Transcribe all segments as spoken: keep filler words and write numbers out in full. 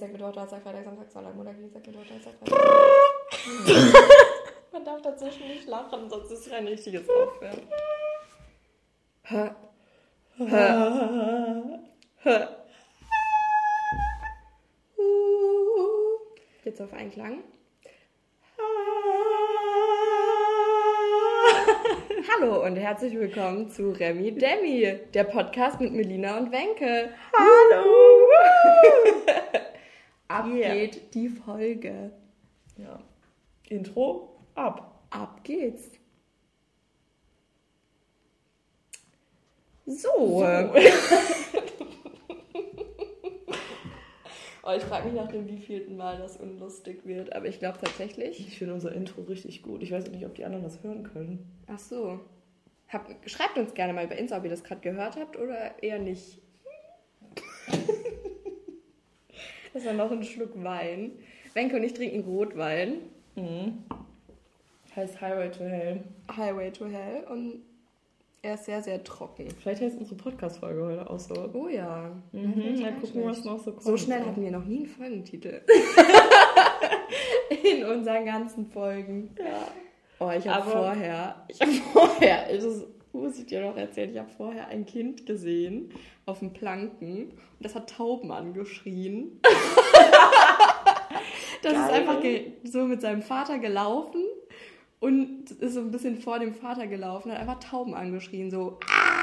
Dienstag, Mittwoch, Donnerstag, Freitag, Samstag, Sonntag, Montag, Dienstag, Mittwoch, Donnerstag, Freitag. Man darf dazwischen nicht lachen, sonst ist es ein richtiges Aufhören. Hä? Hä? Hä? Jetzt auf einen Klang. Hallo und herzlich willkommen zu Remi Demi, der Podcast mit Melina und Wenke. Hallo! Ab Yeah. geht die Folge. Ja. Intro ab. Ab geht's. So. So. Oh, ich frage mich nach dem wievielten Mal das unlustig wird, aber ich glaube tatsächlich. Ich finde unser Intro richtig gut. Ich weiß nicht, ob die anderen das hören können. Ach so. Hab, schreibt uns gerne mal bei Insta, ob ihr das gerade gehört habt oder eher nicht. Das war noch ein Schluck Wein. Wenke und ich trinken Rotwein. Mhm. Heißt Highway to Hell. Highway to Hell und er ist sehr, sehr trocken. Vielleicht heißt unsere Podcast-Folge heute auch so. Oh ja. Mhm. Mal gucken, was noch so kommt. So schnell hatten wir noch nie einen Folgentitel. In unseren ganzen Folgen. Ja. Oh, ich habe Aber- vorher, ich habe vorher, das muss ich dir noch erzählen, ich habe vorher ein Kind gesehen auf dem Planken und das hat Tauben angeschrien. Das Geil. ist einfach ge- so mit seinem Vater gelaufen und ist so ein bisschen vor dem Vater gelaufen, hat einfach Tauben angeschrien, so.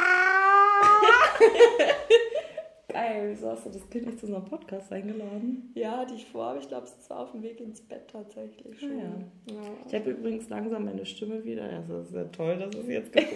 Geil, wieso hast du das Kind nicht zu unserem Podcast eingeladen? Ja, hatte ich vor, aber ich glaube, es war auf dem Weg ins Bett tatsächlich schon. Ah, ja. Ja. Ich habe übrigens langsam meine Stimme wieder. Das ist sehr toll, dass es jetzt gibt.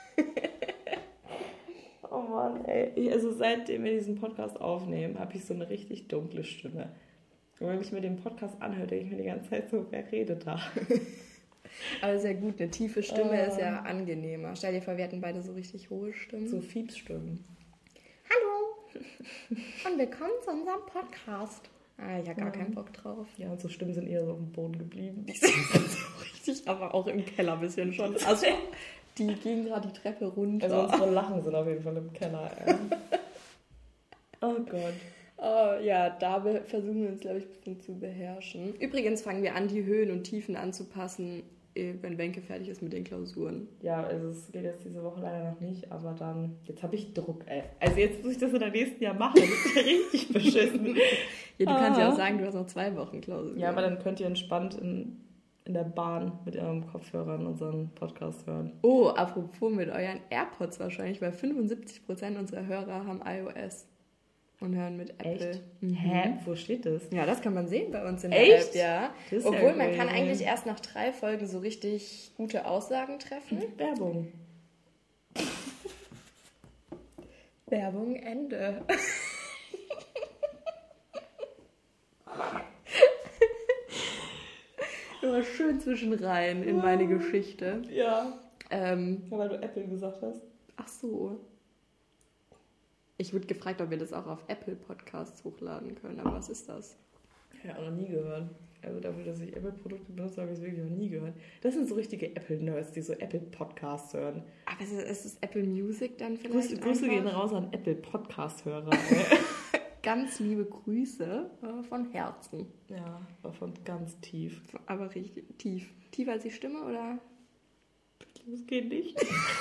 Oh Mann, ey. Ich, also seitdem wir diesen Podcast aufnehmen, habe ich so eine richtig dunkle Stimme. Und wenn ich mir den Podcast anhöre, denke ich mir die ganze Zeit so, wer redet da? Aber sehr gut, eine tiefe Stimme Oh. ist ja angenehmer. Stell dir vor, wir hatten beide so richtig hohe Stimmen. So Fiepsstimmen. Hallo und willkommen zu unserem Podcast. Ah, ich habe gar keinen Bock drauf. Ja, und so Stimmen sind eher so auf dem Boden geblieben. Die sind so richtig, aber auch im Keller ein bisschen schon. Also, die gehen gerade die Treppe runter. Also unsere Lachen sind auf jeden Fall im Keller. Ey. Oh Gott. Oh, ja, da be- versuchen wir uns, glaube ich, ein bisschen zu beherrschen. Übrigens fangen wir an, die Höhen und Tiefen anzupassen, eh, wenn Wenke fertig ist mit den Klausuren. Ja, also es geht jetzt diese Woche leider noch nicht, aber dann, jetzt habe ich Druck, ey. Also jetzt muss ich das in der nächsten Jahr machen, das ist ja richtig beschissen. Ja, du kannst ja Ah. auch sagen, du hast noch zwei Wochen Klausuren. Ja, aber dann könnt ihr entspannt in, in der Bahn mit eurem Kopfhörern unseren Podcast hören. Oh, apropos mit euren AirPods wahrscheinlich, weil fünfundsiebzig Prozent unserer Hörer haben iOS und hören mit Apple. Echt? Mhm. Hä? Wo steht das? Ja, das kann man sehen bei uns in der Echt? App, ja. Das ist ja Obwohl, man kann crazy. eigentlich erst nach drei Folgen so richtig gute Aussagen treffen. Werbung. Werbung, Ende. Immer schön zwischenrein in meine Geschichte. Ja. Ähm, Ja, weil du Apple gesagt hast. ach so. Ich wurde gefragt, ob wir das auch auf Apple Podcasts hochladen können, aber was ist das? Ja, auch noch nie gehört. Also dafür, dass ich Apple-Produkte benutze, habe ich es wirklich noch nie gehört. Das sind so richtige Apple-Nerds, die so Apple-Podcasts hören. Aber ist es, ist es Apple Music dann vielleicht? Grüße, Grüße einfach? gehen raus an Apple-Podcast-Hörer. Ganz liebe Grüße äh, von Herzen. Ja, aber von ganz tief. Aber richtig tief. Tiefer als die Stimme oder? Das geht nicht.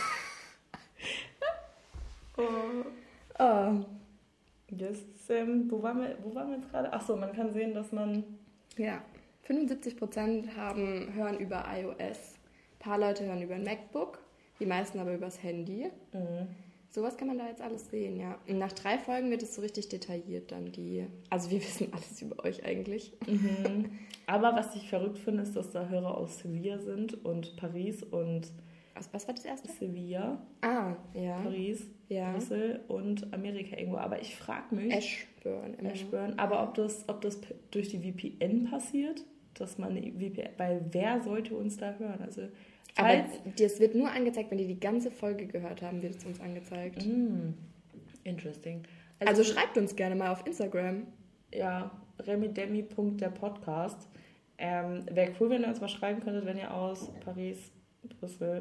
oh. Oh. Das, ähm, wo, waren wir, wo waren wir jetzt gerade? Achso, man kann sehen, dass man... Ja. fünfundsiebzig Prozent haben, hören über iOS. Ein paar Leute hören über ein MacBook. Die meisten aber übers Handy. Mhm. Sowas kann man da jetzt alles sehen, ja. Und nach drei Folgen wird es so richtig detailliert dann die... Also wir wissen alles über euch eigentlich. Mhm. Aber was ich verrückt finde, ist, dass da Hörer aus Sevilla sind und Paris und Was, was war das erste? Sevilla, Ah, ja. Paris, Ja. Brüssel und Amerika irgendwo. Aber ich frage mich, Ashburn. immer. Ashburn, aber ob das, ob das p- durch die V P N passiert, dass man eine V P N, weil wer sollte uns da hören? Also Aber falls, das wird nur angezeigt, wenn die die ganze Folge gehört haben, wird es uns angezeigt. Mm, interesting. Also schreibt uns gerne mal auf Instagram. Ja, remidemi punkt der Podcast. Ähm, Wäre cool, wenn ihr uns mal schreiben könntet, wenn ihr aus Paris, Brüssel,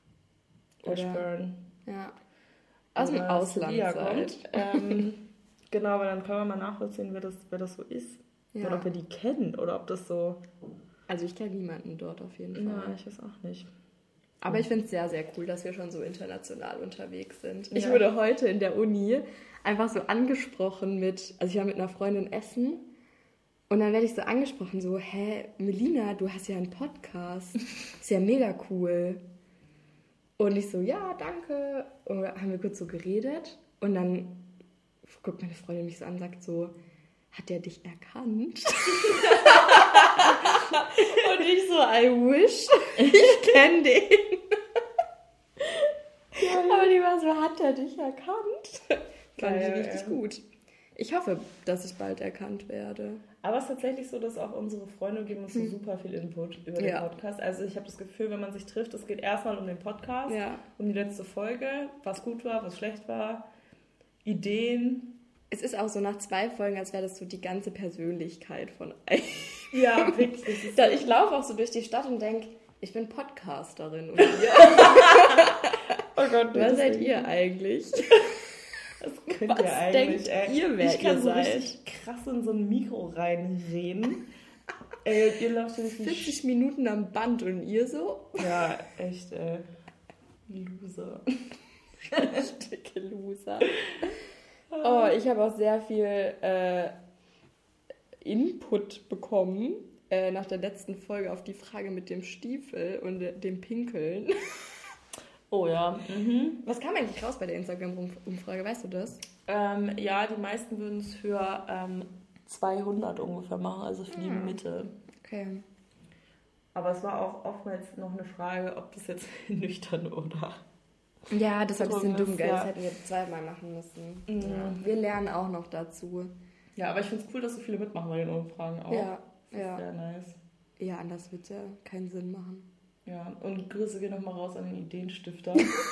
Oder- Ashburn Ja. Aus dem oder Ausland Sevilla seid. kommt. Ähm, Genau, weil dann können wir mal nachvollziehen, wer das, wer das so ist. Ja. Oder ob wir die kennen oder ob das so... Also ich kenne niemanden dort auf jeden Fall. Ja, ich weiß auch nicht. Aber ich finde es sehr, sehr cool, dass wir schon so international unterwegs sind. Ich Ja. wurde heute in der Uni einfach so angesprochen mit, also ich war mit einer Freundin essen und dann werde ich so angesprochen, so, hä, Melina, du hast ja einen Podcast. Ist ja mega cool. Und ich so, ja, danke. Und dann haben wir kurz so geredet und dann guckt meine Freundin mich so an und sagt so, hat der dich erkannt? Und ich so, I wish, ich kenne den. Aber die war so, hat der dich erkannt? Fand ich Geil, richtig ja. gut. Ich hoffe, dass ich bald erkannt werde. Aber es ist tatsächlich so, dass auch unsere Freunde geben uns so Hm. super viel Input über den Ja. Podcast. Also ich habe das Gefühl, wenn man sich trifft, es geht erstmal um den Podcast, Ja. um die letzte Folge, was gut war, was schlecht war, Ideen. Es ist auch so nach zwei Folgen, als wäre das so die ganze Persönlichkeit von einem. Ja, wirklich. Das ist Da- Ich laufe auch so durch die Stadt und denke, ich bin Podcasterin. Und ihr, oh Gott, wer das seid ist- ihr eigentlich? Das könnt Was ihr eigentlich, denkt ey. ihr, wer ich kann ihr so seid? richtig krass in so ein Mikro reinreden. Ey, ihr lauft nicht vierzig Minuten am Band und ihr so? Ja, echt, ey. Loser. Dicke Loser. Oh, ich habe auch sehr viel äh, Input bekommen äh, nach der letzten Folge auf die Frage mit dem Stiefel und äh, dem Pinkeln. Oh ja. Mhm. Was kam eigentlich raus bei der Instagram-Umfrage? Weißt du das? Ähm, ja, die meisten würden es für ähm, zweihundert ungefähr machen, also für die Hm. Mitte. Okay. Aber es war auch oftmals noch eine Frage, ob das jetzt nüchtern oder... Ja, das war ein bisschen Betrunken dumm, ist, gell? ja. Das hätten wir zweimal machen müssen. Mhm. Ja. Wir lernen auch noch dazu. Ja, aber ich finde es cool, dass so viele mitmachen bei den Umfragen auch. Ja, Das ist ja. sehr nice. Ja, anders wird ja keinen Sinn machen. Ja, und Grüße gehen nochmal raus an den Ideenstifter.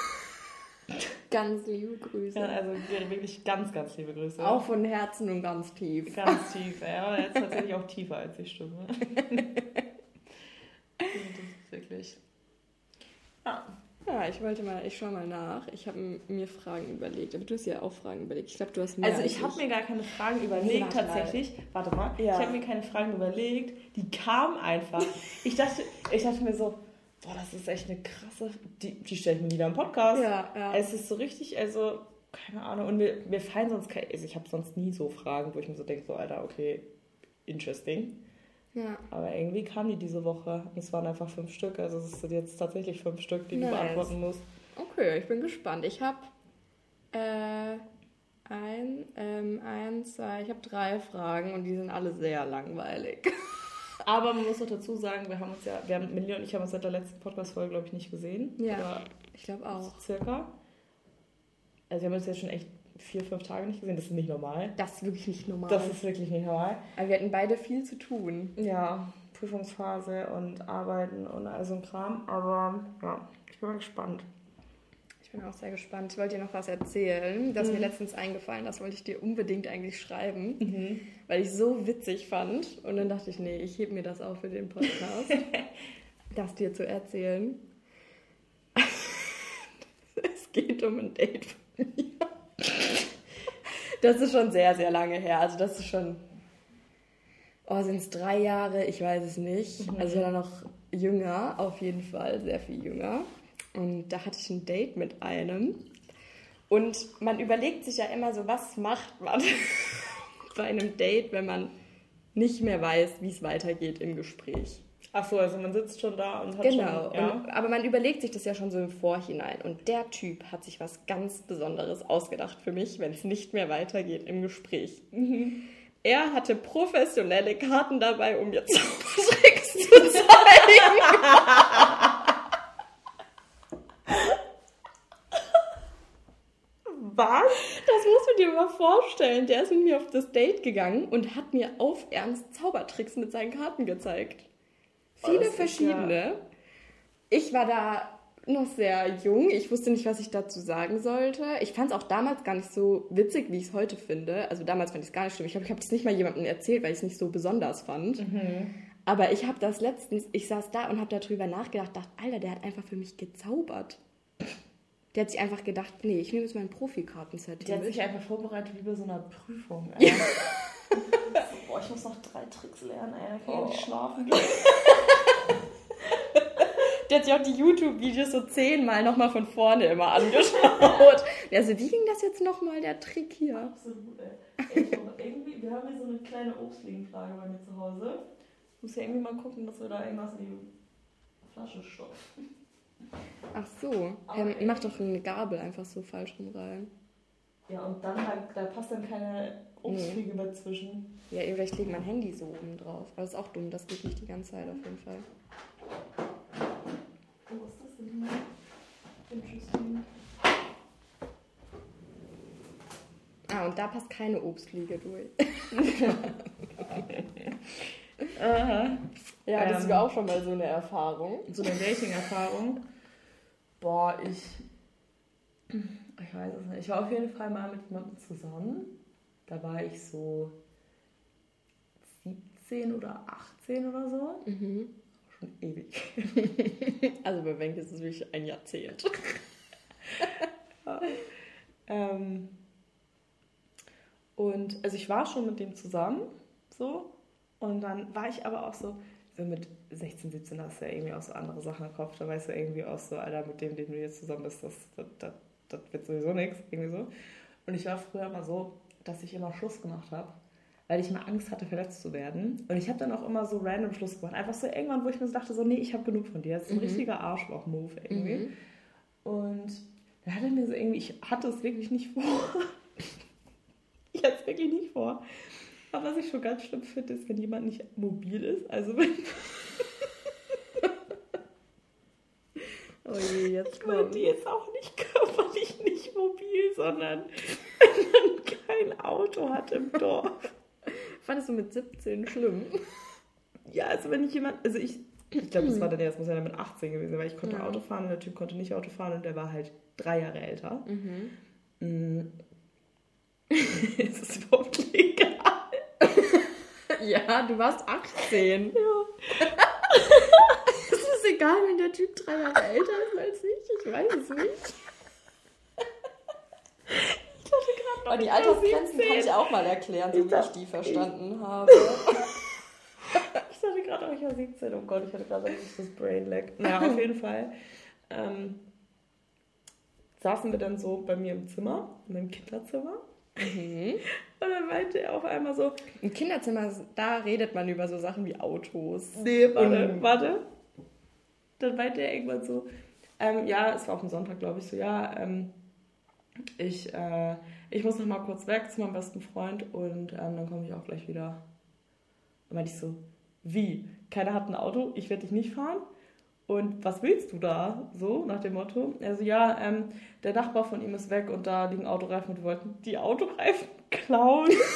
Ganz liebe Grüße. Ja, also wirklich ganz, ganz liebe Grüße. Auch von Herzen und ganz tief. Ganz tief, ja. Aber jetzt tatsächlich auch tiefer als die Stimme. Das ist wirklich... Ja. Ja, ich wollte mal, ich schau mal nach. Ich habe mir Fragen überlegt, aber du hast ja auch Fragen überlegt. Ich glaube, du hast mehr Also als ich habe mir gar keine Fragen überlegt, Nee, warte mal. tatsächlich. Warte mal, Ja. ich habe mir keine Fragen überlegt. Die kamen einfach. Ich dachte, ich dachte mir so, boah, das ist echt eine krasse... Die, die stelle ich mir wieder im Podcast. Ja, ja. Es ist so richtig, also, keine Ahnung. Und mir, mir fallen sonst keine... Also ich habe sonst nie so Fragen, wo ich mir so denke, so, Alter, okay, interesting. Ja. Aber irgendwie kamen die diese Woche. Und es waren einfach fünf Stück. Also es sind jetzt tatsächlich fünf Stück, die Nice. du beantworten musst. Okay, ich bin gespannt. Ich habe äh, ein, ähm, ein, zwei, ich habe drei Fragen und die sind alle sehr langweilig. Aber man muss auch dazu sagen, wir haben uns ja, wir haben, Melina und ich haben uns seit der letzten Podcast-Folge, glaube ich, nicht gesehen. Ja. Oder Ich glaube auch. circa. Also wir haben uns jetzt schon echt vier, fünf Tage nicht gesehen. Das ist nicht normal. Das ist wirklich nicht normal. Das ist wirklich nicht normal. Aber wir hatten beide viel zu tun. Ja, Prüfungsphase und Arbeiten und all so ein Kram. Aber ja, ich bin mal gespannt. Ich bin auch sehr gespannt. Ich wollte dir noch was erzählen. Das ist Mhm. mir letztens eingefallen. Das wollte ich dir unbedingt eigentlich schreiben, Mhm. weil ich so witzig fand. Und dann dachte ich, nee, ich hebe mir das auf für den Podcast, das dir zu erzählen. Es geht um ein Date von mir. Das ist schon sehr, sehr lange her. Also das ist schon... Oh, sind es drei Jahre? Ich weiß es nicht. Mhm. Also ich war noch jünger, auf jeden Fall, sehr viel jünger. Und da hatte ich ein Date mit einem. Und man überlegt sich ja immer so, was macht man bei einem Date, wenn man nicht mehr weiß, wie es weitergeht im Gespräch. Ach so, also man sitzt schon da und hat Genau, schon... Ja. und, aber man überlegt sich das ja schon so im Vorhinein. Und der Typ hat sich was ganz Besonderes ausgedacht für mich, wenn es nicht mehr weitergeht im Gespräch. Mhm. Er hatte professionelle Karten dabei, um mir Zaubertricks zu zeigen. Was? Das musst du dir mal vorstellen. Der ist mit mir auf das Date gegangen und hat mir auf Ernst Zaubertricks mit seinen Karten gezeigt. Oh, Viele das ist verschiedene. Ich war da noch sehr jung. Ich wusste nicht, was ich dazu sagen sollte. Ich fand es auch damals gar nicht so witzig, wie ich es heute finde. Also damals fand ich es gar nicht schlimm. Ich glaube, ich habe es nicht mal jemandem erzählt, weil ich es nicht so besonders fand. Mhm. Aber ich habe das letztens, ich saß da und habe darüber nachgedacht, dachte, Alter, der hat einfach für mich gezaubert. Der hat sich einfach gedacht, nee, ich nehme jetzt mein Profikartenset. Der hat mit. sich einfach vorbereitet wie bei so einer Prüfung. Ey. Ja. So, boah, ich muss noch drei Tricks lernen, ey. Dann kann ich oh. nicht schlafen gehen. Der hat sich auch die YouTube-Videos so zehnmal nochmal von vorne immer angeschaut. Also wie ging das jetzt nochmal, der Trick hier? Absolut, ey. ey ich auch irgendwie, wir haben hier so eine kleine Obstfliegenfrage bei mir zu Hause. Ich muss ja irgendwie mal gucken, dass wir da irgendwas in die Flasche stopfen. Ach so, ähm, mach doch eine Gabel einfach so falsch rum rein. Ja, und dann, da, da passt dann keine Obstfliege nee. mehr zwischen. Ja, vielleicht legt mein Handy so oben drauf. Aber das ist auch dumm, das geht nicht die ganze Zeit auf jeden Fall. Wo ist das denn? Interesting. Ah, und da passt keine Obstfliege durch. Aha. Ja, ähm, das war auch schon mal so eine Erfahrung. So eine Dating-Erfahrung. Boah, ich... Ich weiß es nicht. Ich war auf jeden Fall mal mit jemandem zusammen. Da war ich so siebzehn oder achtzehn oder so. Mhm. Schon ewig. Also bei Wenke ist es wirklich ein Jahrzehnt. Ja. ähm, und also ich war schon mit dem zusammen, so. Und dann war ich aber auch so, so mit sechzehn, siebzehn hast du ja irgendwie auch so andere Sachen im Kopf. Da weißt du irgendwie auch so, Alter, mit dem, dem du jetzt zusammen bist, das, das, das, das wird sowieso nichts, irgendwie so. Und ich war früher immer so, dass ich immer Schluss gemacht habe, weil ich immer Angst hatte, verletzt zu werden. Und ich habe dann auch immer so random Schluss gemacht. Einfach so irgendwann, wo ich mir so dachte, so, nee, ich habe genug von dir. Das ist ein mhm. richtiger Arschloch-Move irgendwie. Mhm. Und dann hat er mir so irgendwie, ich hatte es wirklich nicht vor. Ich hatte es wirklich nicht vor. Aber was ich schon ganz schlimm finde, ist, wenn jemand nicht mobil ist. Also wenn... Oh je, jetzt ich meine, die jetzt auch nicht körperlich nicht mobil, sondern wenn man kein Auto hat im Dorf. Fandest du mit siebzehn schlimm? Ja, also wenn ich jemand... Also ich... Ich glaube, das war dann erst, muss ja dann mit achtzehn gewesen sein, weil ich konnte ja. Auto fahren und der Typ konnte nicht Auto fahren und der war halt drei Jahre älter. Mhm. Mhm. Ist das überhaupt legal? Ja, du warst achtzehn. Ja. Es ist egal, wenn der Typ drei Jahre älter ist als ich. Ich weiß es nicht. Ich dachte gerade noch, aber die Altersgrenzen kann ich auch mal erklären, so ich wie dachte, ich die verstanden ich... habe. Ich dachte gerade auch, ich war siebzehn. Oh Gott, ich hatte gerade nicht das Brainlag. Naja, auf jeden Fall. Ähm, saßen wir dann so bei mir im Zimmer, in meinem Kinderzimmer. Mhm. Und dann meinte er auf einmal so... Im Kinderzimmer, da redet man über so Sachen wie Autos. Nee, warte, und... warte. Dann meinte er irgendwann so... Ähm, ja, es war auf dem Sonntag, glaube ich, so, ja, ähm, ich, äh, ich muss noch mal kurz weg zu meinem besten Freund und ähm, dann komme ich auch gleich wieder. Dann meinte ich so, wie? Keiner hat ein Auto, ich werde dich nicht fahren? Und was willst du da? So, nach dem Motto. Also ja, ähm, der Nachbar von ihm ist weg und da liegen Autoreifen und wir wollten die Autoreifen klauen. Und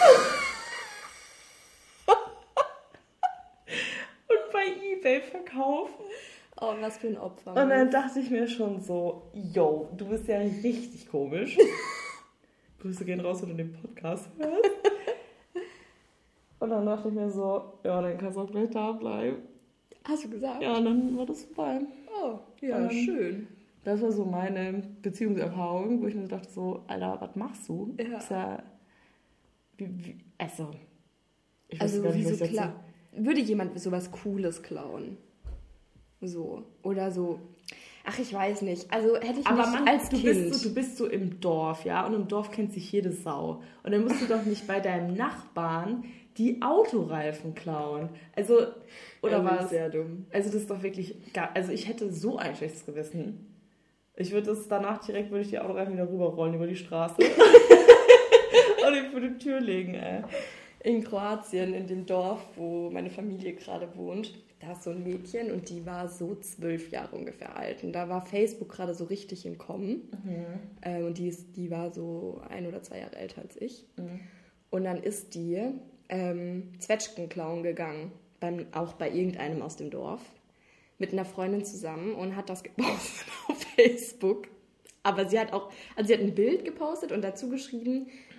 bei eBay verkaufen. Oh, was für ein Opfer. Und dann dachte ich mir schon so, yo, du bist ja richtig komisch. Grüße gehen raus, wenn du den Podcast hörst. Und dann dachte ich mir so, ja, dann kannst du auch gleich da bleiben. Hast du gesagt? Ja, und dann war das vorbei. Oh, ja, dann, schön. Das war so meine Beziehungserfahrung, wo ich mir dachte so, Alter, was machst du? Ja. Das ist ja, wie, wie, also, ich also, weiß gar nicht, wie so klar. Würde jemand sowas Cooles klauen? So. Oder so. Ach, ich weiß nicht. Also hätte ich aber nicht Mann, als du Kind. Bist so, du bist so im Dorf, ja? Und im Dorf kennt sich jede Sau. Und dann musst du doch nicht bei deinem Nachbarn die Autoreifen klauen. Also, oder ja, was? Sehr dumm. Also das ist doch wirklich, gar, also ich hätte so ein schlechtes Gewissen. Ich würde das danach direkt, würde ich die Autoreifen wieder rüberrollen über die Straße. Und die vor die Tür legen, ey. In Kroatien, in dem Dorf, wo meine Familie gerade wohnt, da ist so ein Mädchen und die war so zwölf Jahre ungefähr alt. Und da war Facebook gerade so richtig im Kommen. Mhm. Ähm, und die, ist, die war so ein oder zwei Jahre älter als ich. Mhm. Und dann ist die ähm, Zwetschgen klauen gegangen, beim, auch bei irgendeinem aus dem Dorf, mit einer Freundin zusammen und hat das gepostet auf Facebook. Aber sie hat auch, also sie hat ein Bild gepostet und dazu geschrieben,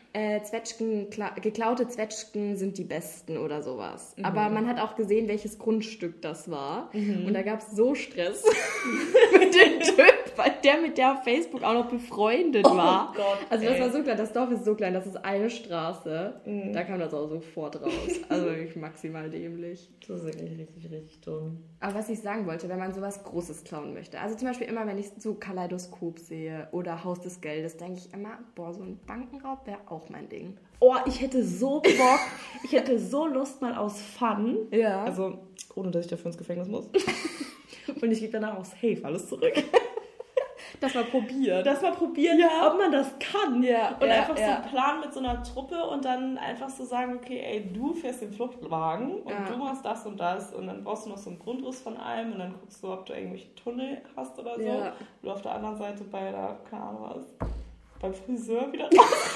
äh, Zwetschgen, kla- geklaute Zwetschgen sind die besten oder sowas. Mhm. Aber man hat auch gesehen, welches Grundstück das war. Mhm. Und da gab es so Stress mit dem Typ, weil der mit der auf Facebook auch noch befreundet war. Oh Gott, also das ey. war so klein, das Dorf ist so klein, das ist eine Straße. Mhm. Da kam das auch sofort raus. Also wirklich maximal dämlich. Das ist wirklich richtig, richtig dumm. Aber was ich sagen wollte, wenn man sowas Großes klauen möchte, also zum Beispiel immer, wenn ich so Kaleidoskop sehe oder Haus des Geldes, denke ich immer, boah, so ein Bankenraub wäre auch mein Ding. Oh, ich hätte so Bock, ich hätte so Lust mal aus Fun, Ja. also ohne, dass ich dafür ins Gefängnis muss, und ich gebe danach auch safe alles zurück. Das mal probieren. Das mal probieren, Ja. ob man das kann. Ja, und ja, einfach so ja. einen Plan mit so einer Truppe und dann einfach so sagen, okay, ey, du fährst den Fluchtwagen und Ja. du machst das und das und dann brauchst du noch so einen Grundriss von allem und dann guckst du, ob du irgendwelche Tunnel hast oder so. Ja. Du auf der anderen Seite bei der, keine Ahnung was, beim Friseur wieder raus.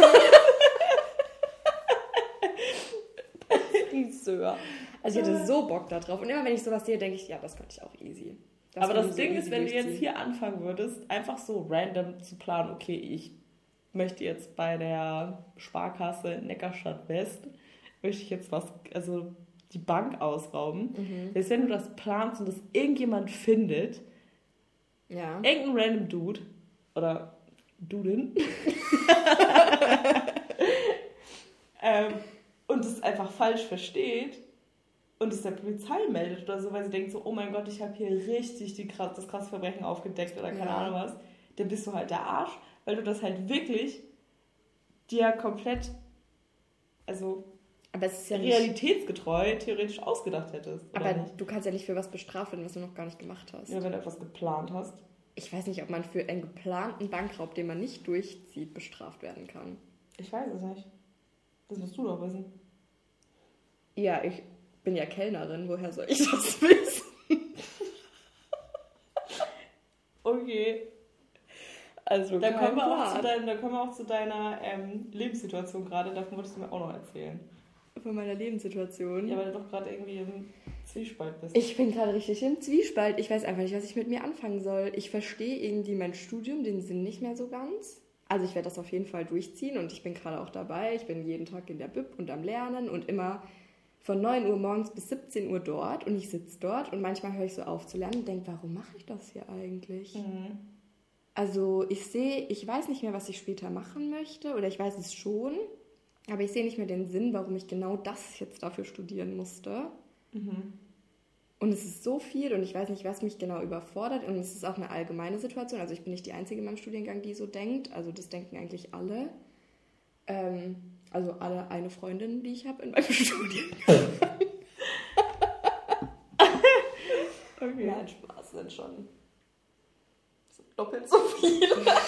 Friseur. Also ich hätte so Bock da drauf. Und immer wenn ich sowas sehe, denke ich, ja, das könnte ich auch easy. Das Aber würde das so Ding easy ist, wenn du jetzt durchziehen. hier anfangen würdest, einfach so random zu planen, okay, ich möchte jetzt bei der Sparkasse Neckarstadt West, möchte ich jetzt was, also die Bank ausrauben. Mhm. Selbst wenn du das planst und das irgendjemand findet, Ja. irgendein random Dude oder Dudin, ähm, und es einfach falsch versteht und es der Polizei meldet oder so, weil sie denkt so, oh mein Gott, ich habe hier richtig die, krass- das krasse Verbrechen aufgedeckt oder keine Ja. Ahnung was, dann bist du halt der Arsch, weil du das halt wirklich dir komplett, also Aber es ist ja nicht... realitätsgetreu theoretisch ausgedacht hättest. Oder Aber nicht? du kannst ja nicht für was bestraft werden, was du noch gar nicht gemacht hast. Ja, wenn du etwas geplant hast. Ich weiß nicht, ob man für einen geplanten Bankraub, den man nicht durchzieht, bestraft werden kann. Ich weiß es nicht. Das musst du doch wissen. Ja, ich bin ja Kellnerin, woher soll ich das wissen? Okay. Also Da kein kommen, wir auch Plan. zu dein, da kommen wir auch zu deiner ähm, Lebenssituation gerade. Davon wolltest du mir auch noch erzählen. Von meiner Lebenssituation. Ja, weil du doch gerade irgendwie im Zwiespalt bist. Ich bin gerade richtig im Zwiespalt. Ich weiß einfach nicht, was ich mit mir anfangen soll. Ich verstehe irgendwie mein Studium, den Sinn nicht mehr so ganz. Also ich werde das auf jeden Fall durchziehen und ich bin gerade auch dabei. Ich bin jeden Tag in der Bib und am Lernen und immer von neun Uhr morgens bis siebzehn Uhr dort und ich sitze dort und manchmal höre ich so auf zu lernen und denke, warum mache ich das hier eigentlich? Mhm. Also ich sehe, ich weiß nicht mehr, was ich später machen möchte oder ich weiß es schon, aber ich sehe nicht mehr den Sinn, warum ich genau das jetzt dafür studieren musste. Mhm. Und es ist so viel und ich weiß nicht, was mich genau überfordert. Und es ist auch eine allgemeine Situation. Also ich bin nicht die Einzige in meinem Studiengang, die so denkt. Also das denken eigentlich alle. Ähm, also alle eine Freundin, die ich habe in meinem Studiengang. Okay. Nein, Spaß, sind schon doppelt so viel.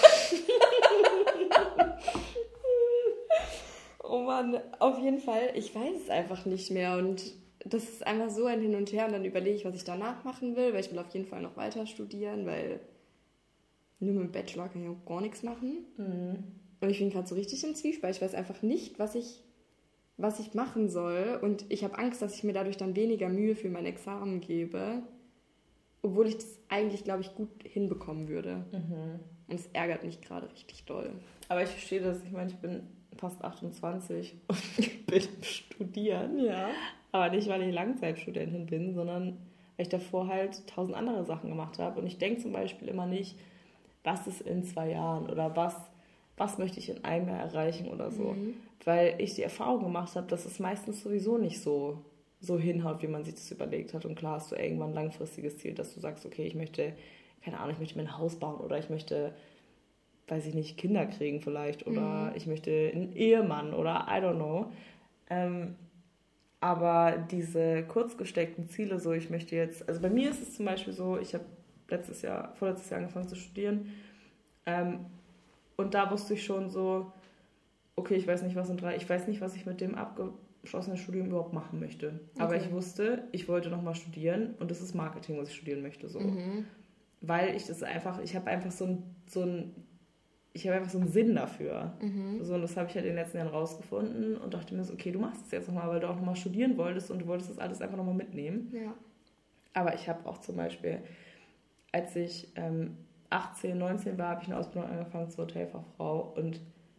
Oh Mann, auf jeden Fall, ich weiß es einfach nicht mehr und das ist einfach so ein Hin und Her und dann überlege ich, was ich danach machen will, weil ich will auf jeden Fall noch weiter studieren, weil nur mit dem Bachelor kann ich auch gar nichts machen. Mhm. Und ich bin gerade so richtig im Zwiespalt. Ich weiß einfach nicht, was ich, was ich machen soll und ich habe Angst, dass ich mir dadurch dann weniger Mühe für mein Examen gebe, obwohl ich das eigentlich, glaube ich, gut hinbekommen würde. Mhm. Und es ärgert mich gerade richtig doll. Aber ich verstehe das. Ich meine, ich bin fast achtundzwanzig und ich bin im Studieren. Ja. Aber nicht, weil ich Langzeitstudentin bin, sondern weil ich davor halt tausend andere Sachen gemacht habe. Und ich denke zum Beispiel immer nicht, was ist in zwei Jahren oder was, was möchte ich in einem Jahr erreichen oder so. Mhm. Weil ich die Erfahrung gemacht habe, dass es meistens sowieso nicht so, so hinhaut, wie man sich das überlegt hat. Und klar hast du irgendwann ein langfristiges Ziel, dass du sagst, okay, ich möchte, keine Ahnung, ich möchte mir ein Haus bauen oder ich möchte, weiß ich nicht, Kinder kriegen vielleicht oder Mhm. ich möchte einen Ehemann oder I don't know. Ähm, aber diese kurz gesteckten Ziele, so ich möchte jetzt, also bei mir ist es zum Beispiel so, ich habe letztes Jahr, vorletztes Jahr angefangen zu studieren ähm, und da wusste ich schon so, okay, ich weiß nicht, was in drei, ich weiß nicht, was ich mit dem abgeschlossenen Studium überhaupt machen möchte. Aber Okay. ich wusste, ich wollte nochmal studieren und das ist Marketing, was ich studieren möchte, so. Mhm. Weil ich das einfach, ich habe einfach so ein, so ein ich habe einfach so einen Sinn dafür. Mhm. So, und das habe ich halt in den letzten Jahren rausgefunden und dachte mir so, okay, du machst es jetzt nochmal, weil du auch nochmal studieren wolltest und du wolltest das alles einfach nochmal mitnehmen. Ja. Aber ich habe auch zum Beispiel, als ich ähm, achtzehn, neunzehn war, habe ich eine Ausbildung angefangen zur Hotelfachfrau und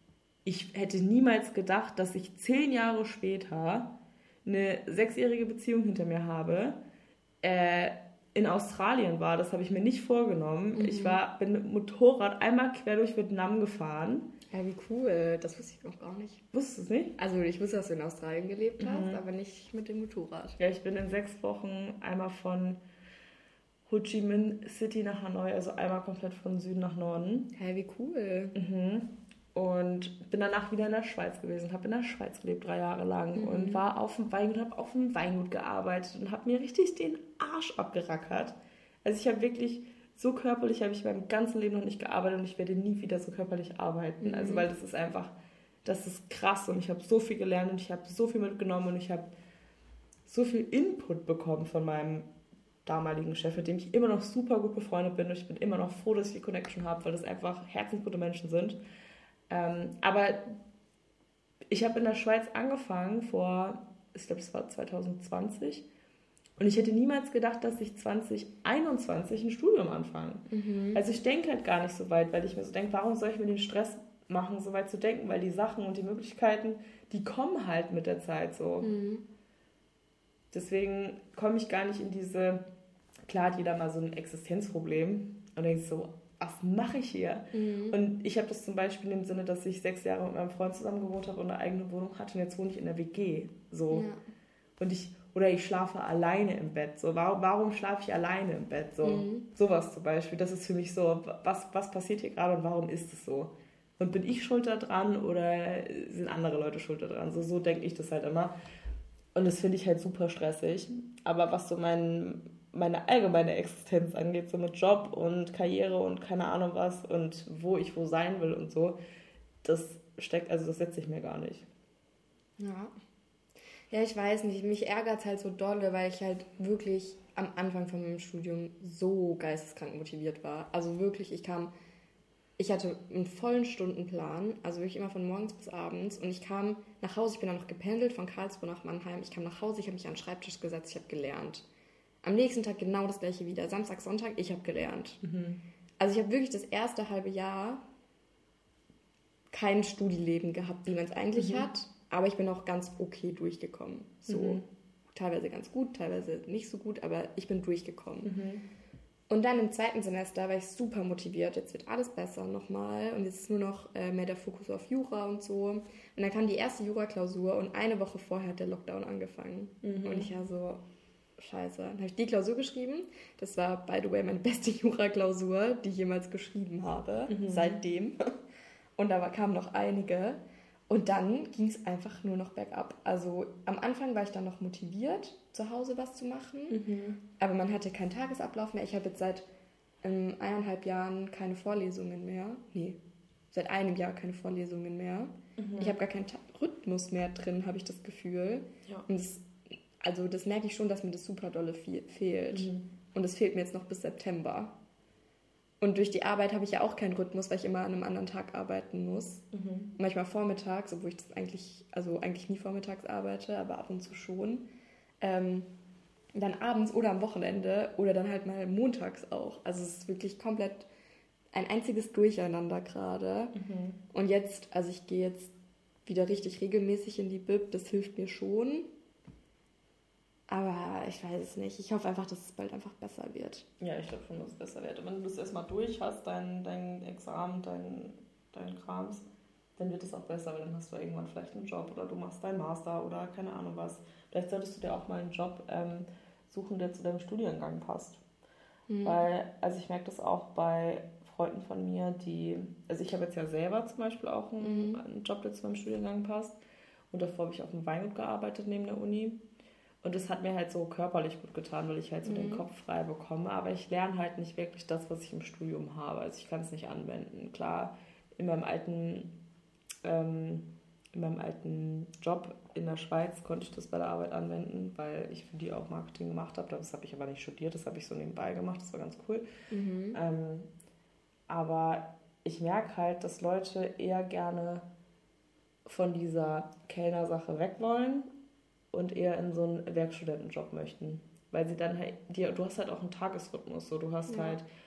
ich hätte niemals gedacht, dass ich zehn Jahre später eine sechsjährige Beziehung hinter mir habe, äh, in Australien war. Das habe ich mir nicht vorgenommen. Mhm. Ich war, bin mit dem Motorrad einmal quer durch Vietnam gefahren. Ja, wie cool. Das wusste ich noch gar nicht. Wusstest du es nicht? Also ich wusste, dass du in Australien gelebt hast, mhm. aber nicht mit dem Motorrad. Ja, ich bin in sechs Wochen einmal von Ho Chi Minh City nach Hanoi, also einmal komplett von Süden nach Norden. Hä, wie cool. Mhm. Und bin danach wieder in der Schweiz gewesen, habe in der Schweiz gelebt drei Jahre lang mhm. und war auf dem Weingut, habe auf dem Weingut gearbeitet und habe mir richtig den Arsch abgerackert. Also ich habe wirklich, so körperlich habe ich meinem ganzen Leben noch nicht gearbeitet und ich werde nie wieder so körperlich arbeiten. Mhm. Also weil das ist einfach, das ist krass und ich habe so viel gelernt und ich habe so viel mitgenommen und ich habe so viel Input bekommen von meinem damaligen Chef, mit dem ich immer noch super gut befreundet bin und ich bin immer noch froh, dass ich die Connection habe, weil das einfach herzensgute Menschen sind. Ähm, aber ich habe in der Schweiz angefangen vor, ich glaube, es war zwanzig zwanzig und ich hätte niemals gedacht, dass ich zwanzig einundzwanzig ein Studium anfange. Mhm. Also ich denke halt gar nicht so weit, weil ich mir so denke, warum soll ich mir den Stress machen, so weit zu denken, weil die Sachen und die Möglichkeiten, die kommen halt mit der Zeit so. Mhm. Deswegen komme ich gar nicht in diese, klar hat jeder mal so ein Existenzproblem und denkt so, was mache ich hier? Mhm. Und ich habe das zum Beispiel im Sinne, dass ich sechs Jahre mit meinem Freund zusammen gewohnt habe und eine eigene Wohnung hatte und jetzt wohne ich in der W G. So. Ja. Und ich, oder ich schlafe alleine im Bett. So. Warum, warum schlafe ich alleine im Bett? So. Mhm. Sowas zum Beispiel. Das ist für mich so, was, was passiert hier gerade und warum ist es so? Und bin ich schuld daran oder sind andere Leute schuld daran? So, so denke ich das halt immer. Und das finde ich halt super stressig. Aber was so mein... meine allgemeine Existenz angeht, so mit Job und Karriere und keine Ahnung was und wo ich wo sein will und so, das steckt, also das setze ich mir gar nicht. Ja. Ja, ich weiß nicht, mich ärgert es halt so dolle, weil ich halt wirklich am Anfang von meinem Studium so geisteskrank motiviert war. Also wirklich, ich kam, ich hatte einen vollen Stundenplan, also wirklich immer von morgens bis abends und ich kam nach Hause, ich bin dann noch gependelt von Karlsruhe nach Mannheim, ich kam nach Hause, ich habe mich an den Schreibtisch gesetzt, ich habe gelernt. Am nächsten Tag genau das gleiche wieder. Samstag, Sonntag, ich habe gelernt. Mhm. Also ich habe wirklich das erste halbe Jahr kein Studieleben gehabt, wie man es eigentlich mhm. hat. Aber ich bin auch ganz okay durchgekommen. So mhm. teilweise ganz gut, teilweise nicht so gut, aber ich bin durchgekommen. Mhm. Und dann im zweiten Semester war ich super motiviert. Jetzt wird alles besser nochmal. Und jetzt ist nur noch äh, mehr der Fokus auf Jura und so. Und dann kam die erste Jura-Klausur und eine Woche vorher hat der Lockdown angefangen. Mhm. Und ich war so... Scheiße. Dann habe ich die Klausur geschrieben. Das war, by the way, meine beste Jura-Klausur, die ich jemals geschrieben habe, mhm. seitdem. Und da kamen noch einige. Und dann ging es einfach nur noch bergab. Also am Anfang war ich dann noch motiviert, zu Hause was zu machen. Mhm. Aber man hatte keinen Tagesablauf mehr. Ich habe jetzt seit ähm, eineinhalb Jahren keine Vorlesungen mehr. Nee, seit einem Jahr keine Vorlesungen mehr. Mhm. Ich habe gar keinen Ta- Rhythmus mehr drin, habe ich das Gefühl. Ja. Und das Also das merke ich schon, dass mir das super dolle fe- fehlt. Mhm. Und das fehlt mir jetzt noch bis September. Und durch die Arbeit habe ich ja auch keinen Rhythmus, weil ich immer an einem anderen Tag arbeiten muss. Mhm. Manchmal vormittags, obwohl ich das eigentlich, also eigentlich nie vormittags arbeite, aber ab und zu schon. Ähm, dann abends oder am Wochenende oder dann halt mal montags auch. Also es ist wirklich komplett ein einziges Durcheinander gerade. Mhm. Und jetzt, also ich gehe jetzt wieder richtig regelmäßig in die Bib, das hilft mir schon. Aber ich weiß es nicht. Ich hoffe einfach, dass es bald einfach besser wird. Ja, ich glaube schon, dass es besser wird. Und wenn du das erstmal durch hast, dein, dein Examen, dein, dein Krams, dann wird es auch besser, weil dann hast du irgendwann vielleicht einen Job oder du machst deinen Master oder keine Ahnung was. Vielleicht solltest du dir auch mal einen Job ähm, suchen, der zu deinem Studiengang passt. Mhm. Weil, also ich merke das auch bei Freunden von mir, die, also ich habe jetzt ja selber zum Beispiel auch einen, mhm. einen Job, der zu meinem Studiengang passt. Und davor habe ich auf dem Weingut gearbeitet neben der Uni. Und das hat mir halt so körperlich gut getan, weil ich halt so mhm. den Kopf frei bekomme. Aber ich lerne halt nicht wirklich das, was ich im Studium habe. Also ich kann es nicht anwenden. Klar, in meinem alten, ähm, in meinem alten Job in der Schweiz konnte ich das bei der Arbeit anwenden, weil ich für die auch Marketing gemacht habe. Das habe ich aber nicht studiert, das habe ich so nebenbei gemacht. Das war ganz cool. Mhm. Ähm, aber ich merke halt, dass Leute eher gerne von dieser Kellnersache weg wollen und eher in so einen Werkstudentenjob möchten. Weil sie dann halt, die, du hast halt auch einen Tagesrhythmus, so du hast ja. halt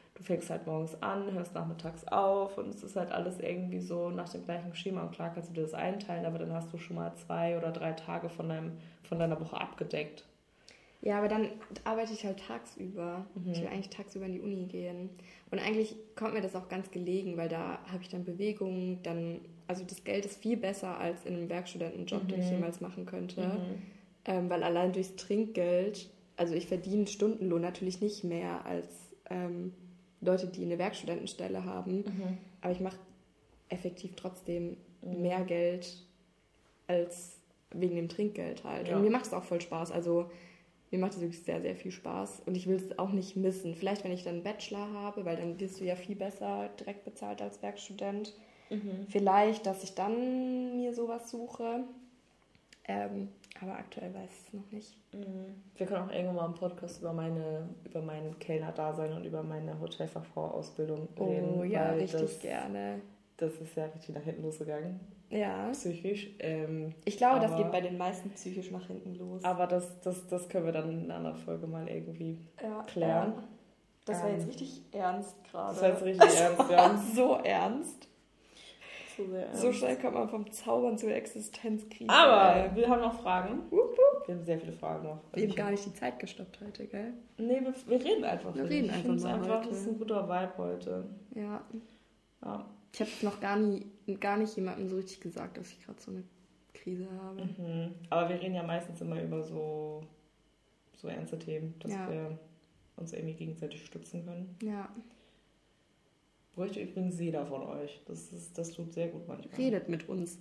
du fängst halt morgens an, hörst nachmittags auf und es ist halt alles irgendwie so nach dem gleichen Schema. Und klar kannst du dir das einteilen, aber dann hast du schon mal zwei oder drei Tage von, deinem, von deiner Woche abgedeckt. Ja, aber dann arbeite ich halt tagsüber. Mhm. Ich will eigentlich tagsüber in die Uni gehen. Und eigentlich kommt mir das auch ganz gelegen, weil da habe ich dann Bewegung, dann, also das Geld ist viel besser als in einem Werkstudentenjob, mhm. den ich jemals machen könnte. Mhm. Ähm, weil allein durchs Trinkgeld, also ich verdiene Stundenlohn natürlich nicht mehr als ähm, Leute, die eine Werkstudentenstelle haben, mhm. aber ich mache effektiv trotzdem mhm. mehr Geld als wegen dem Trinkgeld halt. Ja. Und mir macht es auch voll Spaß, also mir macht es wirklich sehr, sehr viel Spaß und ich will es auch nicht missen. Vielleicht, wenn ich dann einen Bachelor habe, weil dann wirst du ja viel besser direkt bezahlt als Werkstudent. Mhm. Vielleicht, dass ich dann mir sowas suche. Ähm, aber aktuell weiß ich es noch nicht. Mhm. Wir können auch irgendwann mal einen Podcast über meine, über mein Kellner-Dasein und über meine Hotelfachfrau-Ausbildung reden. Oh ja, richtig das, gerne. Das ist ja richtig nach hinten losgegangen. Ja. Psychisch. Ähm, ich glaube, aber, das geht bei den meisten psychisch nach hinten los. Aber das, das, das können wir dann in einer anderen Folge mal irgendwie ja, klären. Ja. Das war ähm, jetzt richtig ernst gerade. Das war jetzt richtig das ernst, ja. So ernst. So, sehr ernst. So schnell kommt man vom Zaubern zur Existenzkrise. Aber wir haben noch Fragen. Wupp, wupp. Wir haben sehr viele Fragen noch. Wir haben gar nicht die Zeit gestoppt heute, gell? Nee, wir, wir reden einfach. Wir reden einfach mal einfach, heute. Das ist ein guter Vibe heute. Ja. Ja. Ich habe noch gar, nie, gar nicht jemandem so richtig gesagt, dass ich gerade so eine Krise habe. Mhm. Aber wir reden ja meistens immer über so, so ernste Themen, dass ja. wir uns irgendwie gegenseitig stützen können. Ja. Bräuchte übrigens jeder von euch. Das, ist, das tut sehr gut manchmal. Redet mit uns.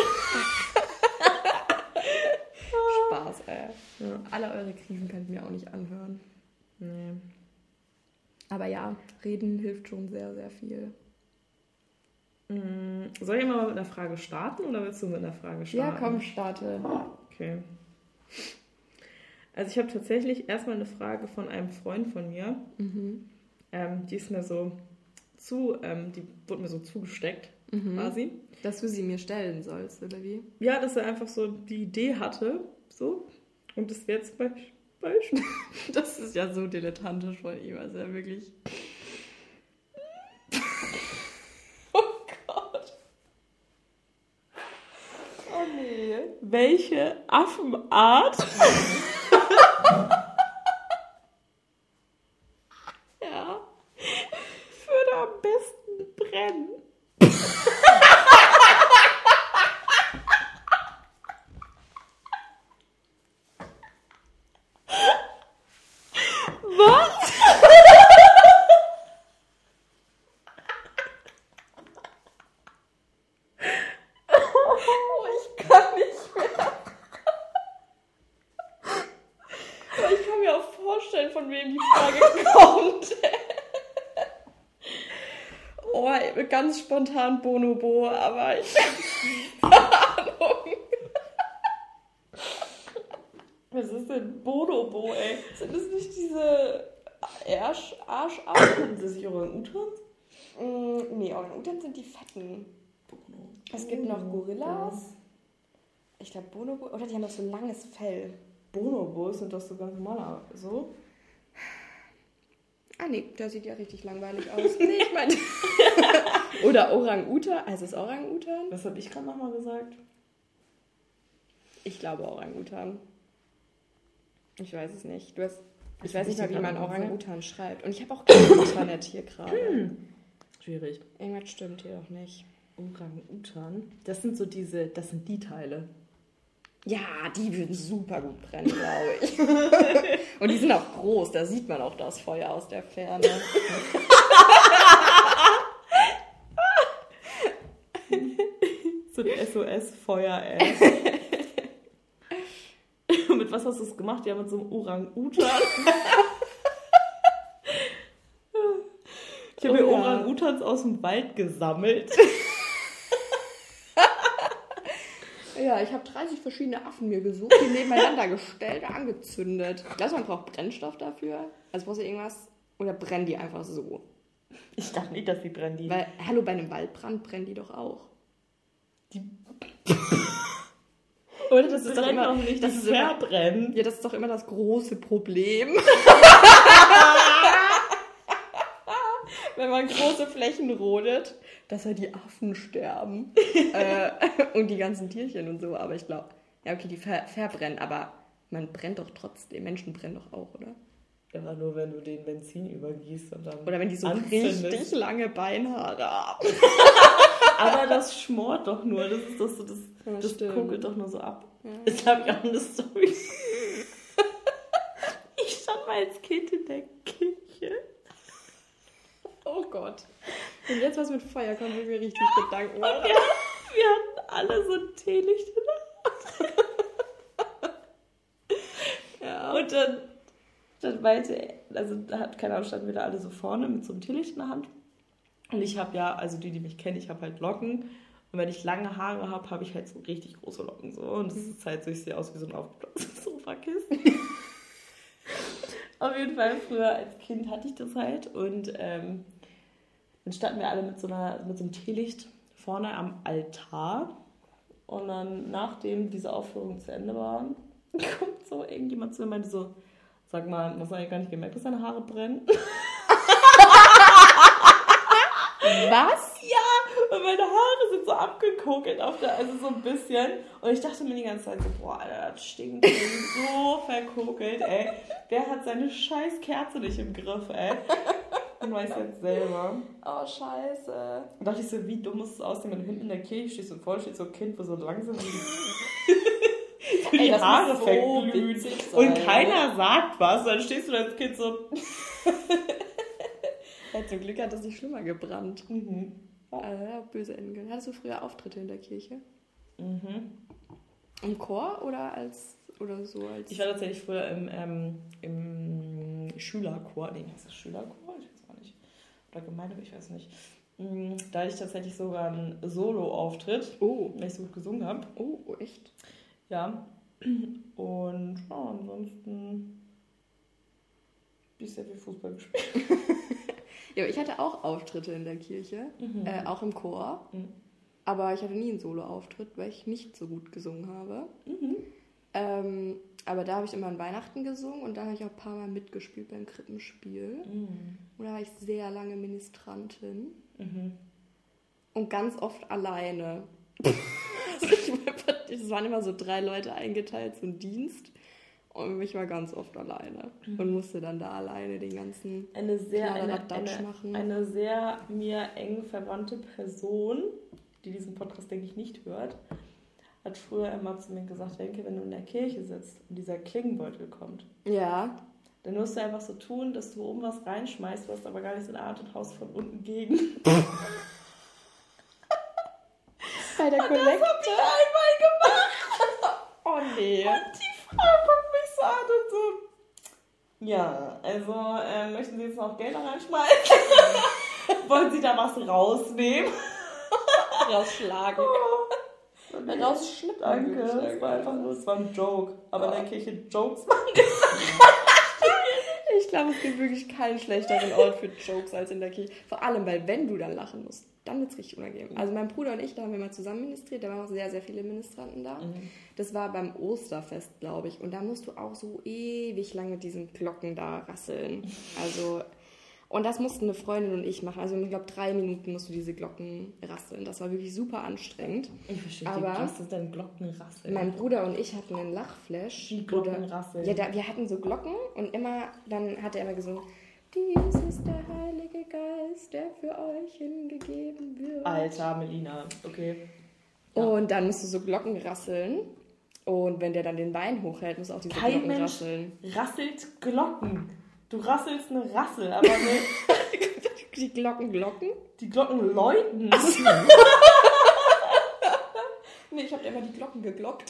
Spaß, ey. Ja. Alle eure Krisen könnt ihr mir auch nicht anhören. Nee. Aber ja, reden hilft schon sehr, sehr viel. Soll ich mal mit einer Frage starten oder willst du mit einer Frage starten? Ja, komm, starte. Okay. Also ich habe tatsächlich erstmal eine Frage von einem Freund von mir. Mhm. Ähm, die ist mir so zu, ähm, die wurde mir so zugesteckt, mhm. quasi. Dass du sie mir stellen sollst, oder wie? Ja, dass er einfach so die Idee hatte, so. Und das wäre zum Beispiel... Das ist ja so dilettantisch von ihm, also ja wirklich... Welche Affenart ja. würde am besten brennen? Was? Von wem die Frage kommt. Oh, ganz spontan Bonobo, aber ich habe keine Ahnung. Was ist denn Bonobo, ey? Sind das nicht diese Arsch, Arschaffen? Sind das nicht Orang-Utans? Mm, nee, Orang-Utans sind die fetten. Bonobo. Es gibt noch Gorillas. Ich glaube Bonobo, oder die haben doch so langes Fell. Bonobos sind doch so ganz normaler, so? Ah nee, der sieht ja richtig langweilig aus. Nee, ich meine... Oder Orang-Utan. Heißt es Orang-Utan? Was habe ich gerade nochmal gesagt? Ich glaube Orang-Utan. Ich weiß es nicht. Du hast, ich weiß nicht mal, wie man Orang-Utan schreibt. Und ich habe auch kein Internet hier gerade. Schwierig. Irgendwas stimmt hier doch nicht. Orang-Utan? Das sind so diese... Das sind die Teile. Ja, die würden super gut brennen, glaube ich. Und die sind auch groß, da sieht man auch das Feuer aus der Ferne. So ein S O S-Feuer, ey. Mit was hast du es gemacht? Ja, mit so einem Orang-Utan. Ich habe oh, mir ja. Orang-Utans aus dem Wald gesammelt. Ja, ich habe dreißig verschiedene Affen mir gesucht, die nebeneinander gestellt, angezündet. Ich glaube, man braucht Brennstoff dafür. Also brauchst du irgendwas? Oder brennen die einfach so? Ich dachte nicht, dass die brennen. Die. Weil, hallo, bei einem Waldbrand brennen die doch auch. Die... Oder das, das ist doch immer... Nicht, das ist verbrennen. Ja, das ist doch immer das große Problem. wenn man große Flächen rodet, dass halt die Affen sterben äh, und die ganzen Tierchen und so. Aber ich glaube, ja okay, die ver- verbrennen, aber man brennt doch trotzdem. Menschen brennen doch auch, oder? Ja, nur wenn du den Benzin übergießt und dann Oder wenn die so anzündest. richtig lange Beinhaare haben. Aber das schmort doch nur. Das ist doch so, das, Ja, das stimmt. kokelt doch nur so ab. Ja. Das glaube ich auch eine Story. Ich stand mal als Kind in der Küche. Oh Gott. Und jetzt was mit Feuer, kommt mir richtig Gedanken. Und wir, wir hatten alle so ein Teelicht in der Hand. Ja. Und dann, dann meinte er, also da hat, keine Ahnung, standen wir da alle so vorne mit so einem Teelicht in der Hand. Und ich habe ja, also die, die mich kennen, ich habe halt Locken. Und wenn ich lange Haare habe, habe ich halt so richtig große Locken. So. Und das ist halt so, ich sehe aus wie so ein aufgeplatztes Sofakissen. Auf jeden Fall, früher als Kind hatte ich das halt. Und ähm, dann standen wir alle mit so, einer, mit so einem Teelicht vorne am Altar. Und dann, nachdem diese Aufführung zu Ende war, kommt so irgendjemand zu mir und meinte so, sag mal, hast du eigentlich gar nicht gemerkt, dass deine Haare brennen? Was? Ja, und meine Haare sind so abgekokelt auf der, also so ein bisschen. Und ich dachte mir die ganze Zeit so, boah, Alter, das stinkt so verkokelt, ey. Wer hat seine scheiß Kerze nicht im Griff, ey? Und weiß jetzt selber. Oh, scheiße. Und dachte ich so, wie dumm muss es aussehen, wenn du hinten in der Kirche stehst und vorne steht so ein Kind, wo so langsam die, die Ey, das Haare muss so verglühen. witzig sein. Und keiner sagt was. Und dann stehst du da als Kind so... Ja, zum Glück hat das nicht schlimmer gebrannt. Mhm. Also, böse Enden können. Hattest du früher Auftritte in der Kirche? Mhm. Im Chor oder als oder so als. Ich war tatsächlich früher im, ähm, im Schülerchor. Nee, heißt das Schülerchor? Ich weiß auch nicht. Oder Gemeinde, ich weiß nicht. Da hatte ich tatsächlich sogar einen Solo-Auftritt, Oh. weil ich so gut gesungen habe. Oh, oh, echt? Ja. Und ja, ansonsten habe ich sehr viel Fußball gespielt. Ja, ich hatte auch Auftritte in der Kirche, Mhm. äh, auch im Chor. Mhm. Aber ich hatte nie einen Solo-Auftritt, weil ich nicht so gut gesungen habe. Mhm. Ähm, aber da habe ich immer an Weihnachten gesungen und dann habe ich auch ein paar Mal mitgespielt beim Krippenspiel. Mhm. Und da war ich sehr lange Ministrantin Mhm. und ganz oft alleine. Also ich war- Es waren immer so drei Leute eingeteilt zum Dienst und ich war ganz oft alleine und musste dann da alleine den ganzen Eine sehr, eine, Kladderadatsch eine, machen. eine sehr mir eng verwandte Person, die diesen Podcast, denke ich, nicht hört, hat früher immer zu mir gesagt, Wenke, wenn du in der Kirche sitzt und dieser Klingenbeutel kommt, Ja. dann musst du einfach so tun, dass du oben was reinschmeißt, was aber gar nicht in Art und Haus von unten gegen. Bei der Das Kollekte. hab ich einmal gemacht. Oh nee. Und die Frau guckt mich so an und so, ja, also ähm, möchten Sie jetzt noch Geld da reinschmeißen? Wollen Sie da was rausnehmen? Rausschlagen. Oh. Rausschnippen. Danke, würde ich das sagen. war einfach nur, es war ein Joke. Aber Oh. in der Kirche Jokes machen. Ich glaube, es gibt wirklich keinen schlechteren Ort für Jokes als in der Kirche. Vor allem, weil wenn du dann lachen musst, dann wird es richtig unangenehm. Also mein Bruder und ich, da haben wir mal zusammen ministriert, da waren auch sehr, sehr viele Ministranten da. Mhm. Das war beim Osterfest, glaube ich. Und da musst du auch so ewig lang mit diesen Glocken da rasseln. Also, und das mussten eine Freundin und ich machen. Also ich glaube, drei Minuten musst du diese Glocken rasseln. Das war wirklich super anstrengend. Ich verstehe Aber nicht, was ist denn Glockenrassel? Mein Bruder und ich hatten einen Lachflash. Die Glockenrassel. Ja, da, wir hatten so Glocken und immer, dann hat er immer gesungen, dies ist der Heilige Geist, der für euch hingegeben wird. Alter, Melina, okay. Ja. Und dann musst du so Glocken rasseln. Und wenn der dann den Bein hochhält, musst du auch diese Kein Glocken Mensch rasseln. rasselt Glocken. Du rasselst eine Rassel, aber nicht Die Glocken glocken? die Glocken läuten. Nee, ich habe immer die Glocken geglockt.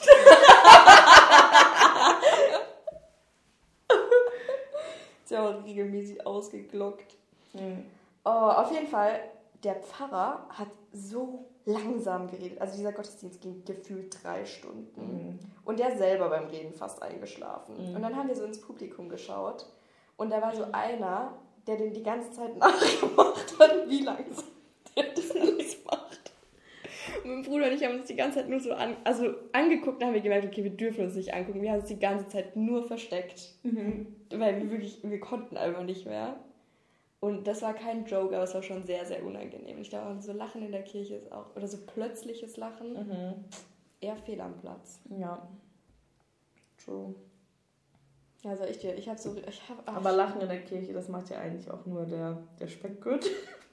Ist ja auch regelmäßig ausgeglockt. Mhm. Oh, auf jeden Fall, der Pfarrer hat so langsam geredet. Also dieser Gottesdienst ging gefühlt drei Stunden. Mhm. Und der selber beim Reden fast eingeschlafen. Mhm. Und dann haben wir so ins Publikum geschaut. Und da war so einer, der den die ganze Zeit nachgemacht hat, wie langsam der das alles macht. Und mein Bruder und ich haben uns die ganze Zeit nur so an, also angeguckt, dann haben wir gemerkt, okay, wir dürfen uns nicht angucken. Wir haben uns die ganze Zeit nur versteckt. Mhm. Weil wir wirklich, wir konnten einfach nicht mehr. Und das war kein Joke, aber es war schon sehr, sehr unangenehm. Ich glaube, so Lachen in der Kirche ist auch, oder so plötzliches Lachen, Mhm. eher fehl am Platz. Ja. True. Also ich dir, ich habe so, ich habe... Aber Lachen in der Kirche, das macht ja eigentlich auch nur der, der Speckgürtel.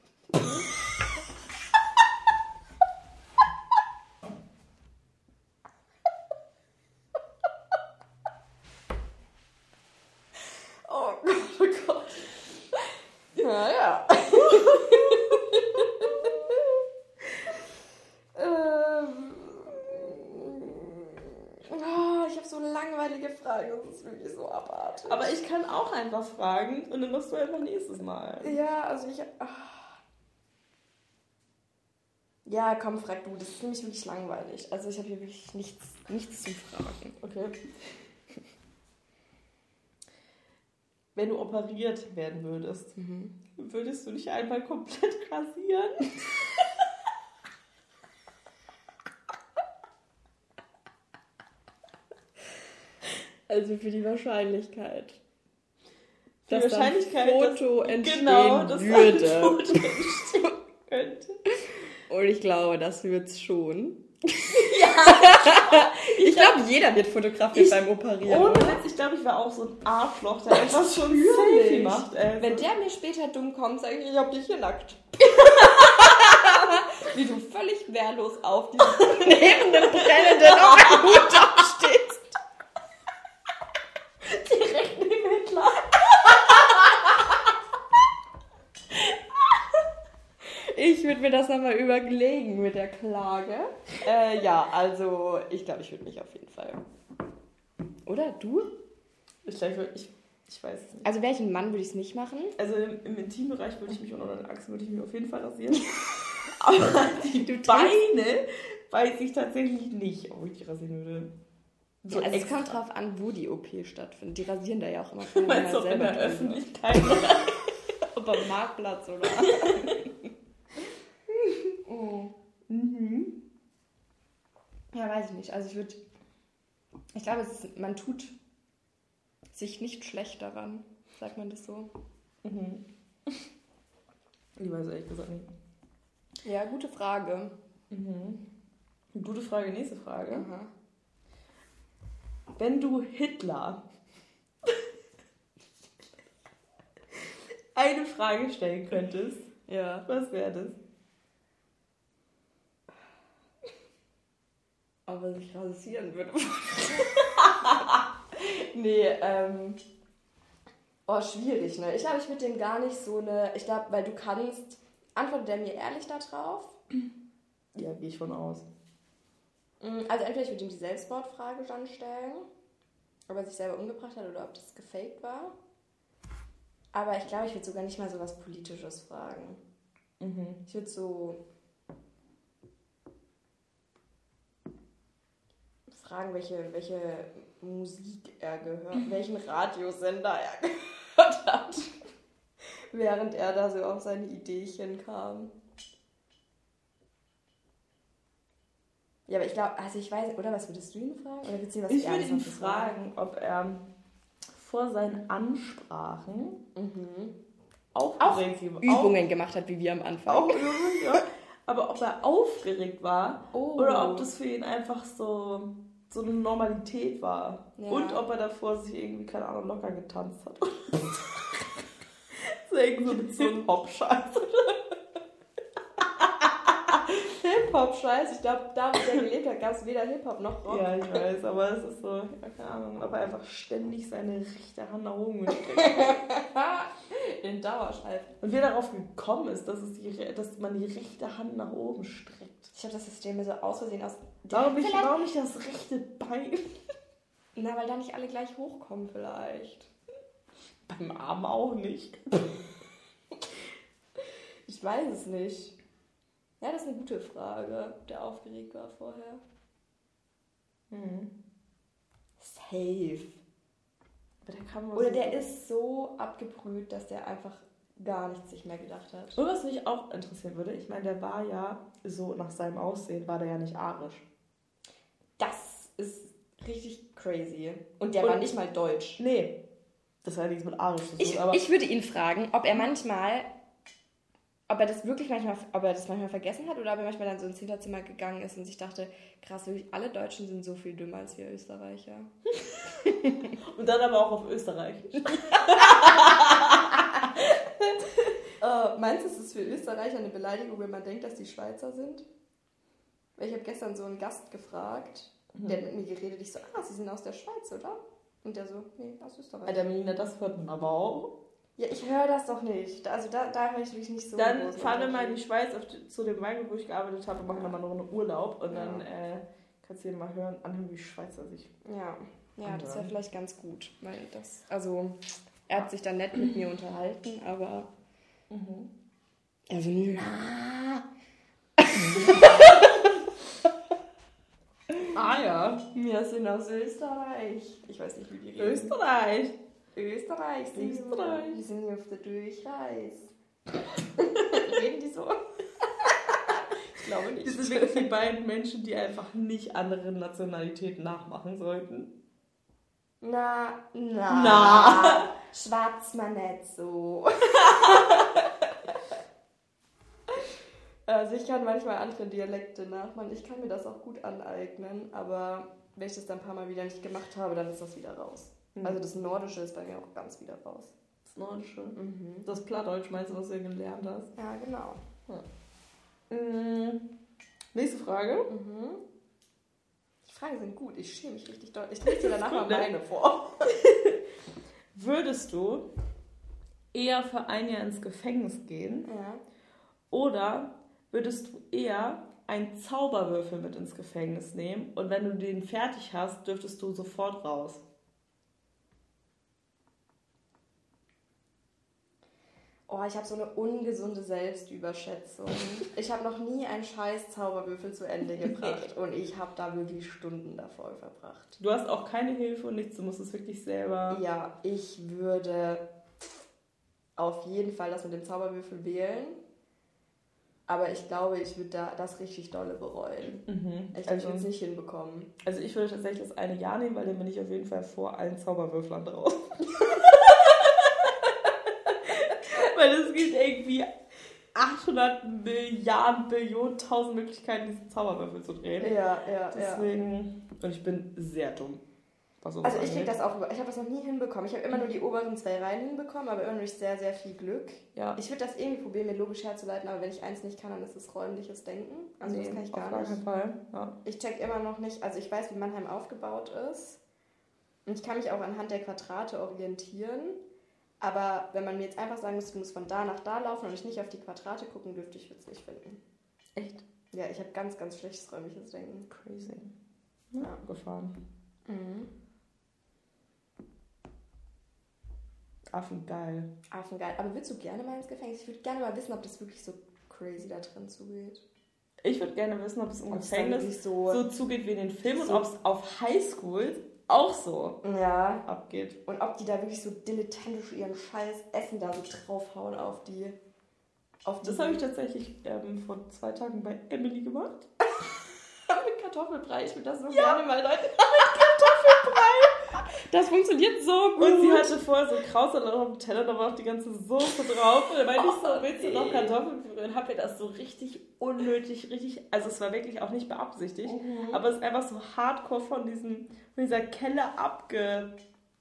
Oh Gott, oh Gott. Ja, ja. ähm, oh, ich habe so langweilige Fragen, das ist wirklich so abartig. Aber ich kann auch einfach fragen und dann machst du einfach nächstes Mal. Ja, also ich... ah. Ja, komm, frag du, das ist nämlich wirklich langweilig. Also ich habe hier wirklich nichts, nichts zu fragen. Okay. Wenn du operiert werden würdest, Mhm. würdest du dich einmal komplett rasieren? Also für die Wahrscheinlichkeit. Die dass Wahrscheinlichkeit, da ein Foto dass, entstehen genau, dass würde. ein Foto entstehen könnte. Und ich glaube, das wird's schon. Ja! Ich glaube, jeder wird fotografiert Ich- beim Operieren. Ohne oder? Witz, ich glaube, ich war auch so ein Arschloch, der einfach schon ein Natürlich. Selfie macht. Also. Wenn der mir später dumm kommt, sage ich, ich hab dich hier nackt. Wie du völlig wehrlos auf diesem neben dem brennenden Hut da stehst. direkt neben Hitler. Ich würde mir das nochmal überlegen mit der Klage. Äh, ja, also ich glaube, ich würde mich auf jeden Fall. Oder du? Ich glaube, ich, ich weiß es nicht. Also wäre ich ein Mann, würde ich es nicht machen. Also im, im Intimbereich würde ich mich unter den Achseln würde ich mich auf jeden Fall rasieren. Aber die Beine weiß ich tatsächlich nicht, ob ich die rasieren würde. So, also es kommt drauf an, wo die O P stattfindet. Die rasieren da ja auch immer vorher Meinst du mal auch in selber der drüber. Öffentlichkeit? Ob am Marktplatz oder... Oh. Mhm. Ja, weiß ich nicht. Also ich würde... Ich glaube, es ist, man tut sich nicht schlecht daran. Sagt man das so? Mhm. Ich weiß ehrlich gesagt nicht. Ja, gute Frage. Mhm. Gute Frage, nächste Frage. Aha. Wenn du Hitler eine Frage stellen könntest, Ja. was wäre das? Aber sich rasieren würde. Nee, ähm... Oh, schwierig, ne? Ich glaube, ich würde dem gar nicht so eine... Ich glaube, weil du kannst... Antwortet der mir ehrlich da drauf? Ja, gehe ich von aus. Also entweder ich würde ihm die Selbstmordfrage dann stellen, ob er sich selber umgebracht hat oder ob das gefaked war. Aber ich glaube, ich würde sogar nicht mal so was Politisches fragen. Mhm. Ich würde so fragen, welche, welche Musik er gehört, welchen Radiosender er gehört hat, während er da so auf seine Ideechen kam. Ja, aber ich glaube, also ich weiß, oder was würdest du ihn fragen? Oder willst du ihn was Ich würde ihn Ernsthaftes fragen, ob er vor seinen Ansprachen Mhm. aufgeregt war. Übungen gemacht hat, wie wir am Anfang. Auch, auch Übungen, ja. Aber ob er aufgeregt war Oh. oder ob das für ihn einfach so, so eine Normalität war. Ja. Und ob er davor sich irgendwie, keine Ahnung, locker getanzt hat. So irgendwie so mit Hip-Hop-Scheiß. Hip-Hop-Scheiß. Ich glaube, da, wo der gelebt hat, gab es weder Hip-Hop noch Rock. Ja, ich weiß, aber es ist so, ja, keine Ahnung, ob er einfach ständig seine rechte Hand nach oben gestreckt. In Dauerschleife. Und wie er darauf gekommen ist, dass, es die, dass man die rechte Hand nach oben streckt. Ich habe das System mir so aus Versehen aus... Warum nicht, Vielleicht- warum nicht das rechte Bein? Na, weil da nicht alle gleich hochkommen vielleicht. Beim Arm auch nicht. Ich weiß es nicht. Ja, das ist eine gute Frage, ob der aufgeregt war vorher. Hm. Safe. Aber der kann Oder der ist so abgebrüht, dass der einfach gar nichts sich mehr gedacht hat. Und was mich auch interessieren würde, ich meine, der war ja so nach seinem Aussehen, war der ja nicht arisch. Das ist richtig crazy. Und der Und- war nicht mal deutsch. Nee. Das hat nichts mit Arisch zu tun. Ich, aber ich würde ihn fragen, ob er manchmal, ob er das wirklich manchmal, ob er das manchmal vergessen hat oder ob er manchmal dann so ins Hinterzimmer gegangen ist und sich dachte, krass, wirklich alle Deutschen sind so viel dümmer als wir Österreicher. Und dann aber auch auf Österreichisch. uh, meinst du, es ist für Österreicher eine Beleidigung, wenn man denkt, dass die Schweizer sind? Weil ich habe gestern so einen Gast gefragt, mhm. der hat mit mir geredet, ich so, ah, sie sind aus der Schweiz, oder? Und der so, nee, aus Österreich. Alter, Melina, das hört man aber auch. Ja, ich höre das doch nicht. Also da, da höre ich wirklich nicht so. Dann fahren wir mal in die Schweiz auf die, zu dem Weingut, wo ich gearbeitet habe, und machen dann mal noch einen Urlaub. Und ja. dann äh, kannst du dir mal hören, anhören, wie Schweizer sich. Ja, ja, das wäre vielleicht ganz gut. Weil das, also, er hat sich dann nett mit mir unterhalten, aber. Mhm. Also, na. Ah ja. Wir sind aus Österreich. Ich weiß nicht, wie die reden. Österreich. Österreich. Sind Österreich. Wir sind hier auf der Durchreise. Reden die so? Ich glaube nicht. Das sind wirklich die beiden Menschen, die einfach nicht anderen Nationalitäten nachmachen sollten. Na, na. Na. Schwarz mal nicht so. Also ich kann manchmal andere Dialekte nachmachen. Ich kann mir das auch gut aneignen, aber wenn ich das dann ein paar Mal wieder nicht gemacht habe, dann ist das wieder raus. Mhm. Also das Nordische ist bei mir auch ganz wieder raus. Das Nordische? Mhm. Das Plattdeutsch meinst du, was du gelernt hast? Ja, genau. Ja. Mhm. Nächste Frage. Mhm. Die Fragen sind gut. Ich schäme mich richtig doll. Ich lese dir danach mal meine vor. Würdest du eher für ein Jahr ins Gefängnis gehen? Ja. Oder würdest du eher einen Zauberwürfel mit ins Gefängnis nehmen und wenn du den fertig hast, dürftest du sofort raus? Oh, ich habe so eine ungesunde Selbstüberschätzung. Ich habe noch nie einen scheiß Zauberwürfel zu Ende gebracht und ich habe da wirklich Stunden davor verbracht. Du hast auch keine Hilfe und nichts, du musst es wirklich selber... Ja, ich würde auf jeden Fall das mit dem Zauberwürfel wählen. Aber ich glaube, ich würde da das richtig dolle bereuen. Mhm. Ich also, würde es nicht hinbekommen. Also ich würde tatsächlich das eine Jahr nehmen, weil dann bin ich auf jeden Fall vor allen Zauberwürfeln drauf. Weil es gibt irgendwie achthundert Milliarden, Billionen, tausend Möglichkeiten, diesen Zauberwürfel zu drehen. Ja, ja, Deswegen, ja. Und ich bin sehr dumm. Also ich krieg das auch über. Ich habe das noch nie hinbekommen. Ich habe immer nur die oberen zwei Reihen hinbekommen, aber immer durch sehr, sehr viel Glück. Ja. Ich würde das irgendwie probieren, mir logisch herzuleiten, aber wenn ich eins nicht kann, dann ist es räumliches Denken. Also nee, das kann ich gar auf nicht. Auf gar keinen Fall. Ja. Ich check immer noch nicht, also ich weiß, wie Mannheim aufgebaut ist. Und ich kann mich auch anhand der Quadrate orientieren. Aber wenn man mir jetzt einfach sagen müsste, du musst von da nach da laufen und ich nicht auf die Quadrate gucken dürfte, ich würde es nicht finden. Echt? Ja, ich habe ganz, ganz schlechtes räumliches Denken. Crazy. Ja, ja. Gefahren. Mhm. Affengeil. Affengeil. Aber würdest du gerne mal ins Gefängnis? Ich würde gerne mal wissen, ob das wirklich so crazy da drin zugeht. Ich würde gerne wissen, ob es im Ob's Gefängnis so, so zugeht wie in den Filmen so und ob es auf Highschools auch so ja. abgeht. Und ob die da wirklich so dilettantisch ihren scheiß Essen da so draufhauen auf die... Auf die das habe ich tatsächlich ähm, vor zwei Tagen bei Emily gemacht. Mit Kartoffelbrei. Ich will das so ja. gerne mal, Leute. Mit Kartoffelbrei. Das funktioniert so gut. Und sie hatte vorher so Krautsalat auf dem Teller, da war auch die ganze Soße drauf. Und dann meinte ich so, willst du noch Kartoffelpüree? Und hab mir das so richtig unnötig, richtig, also es war wirklich auch nicht beabsichtigt, mhm. aber es ist einfach so hardcore von, diesem, von dieser Kelle abgehauen,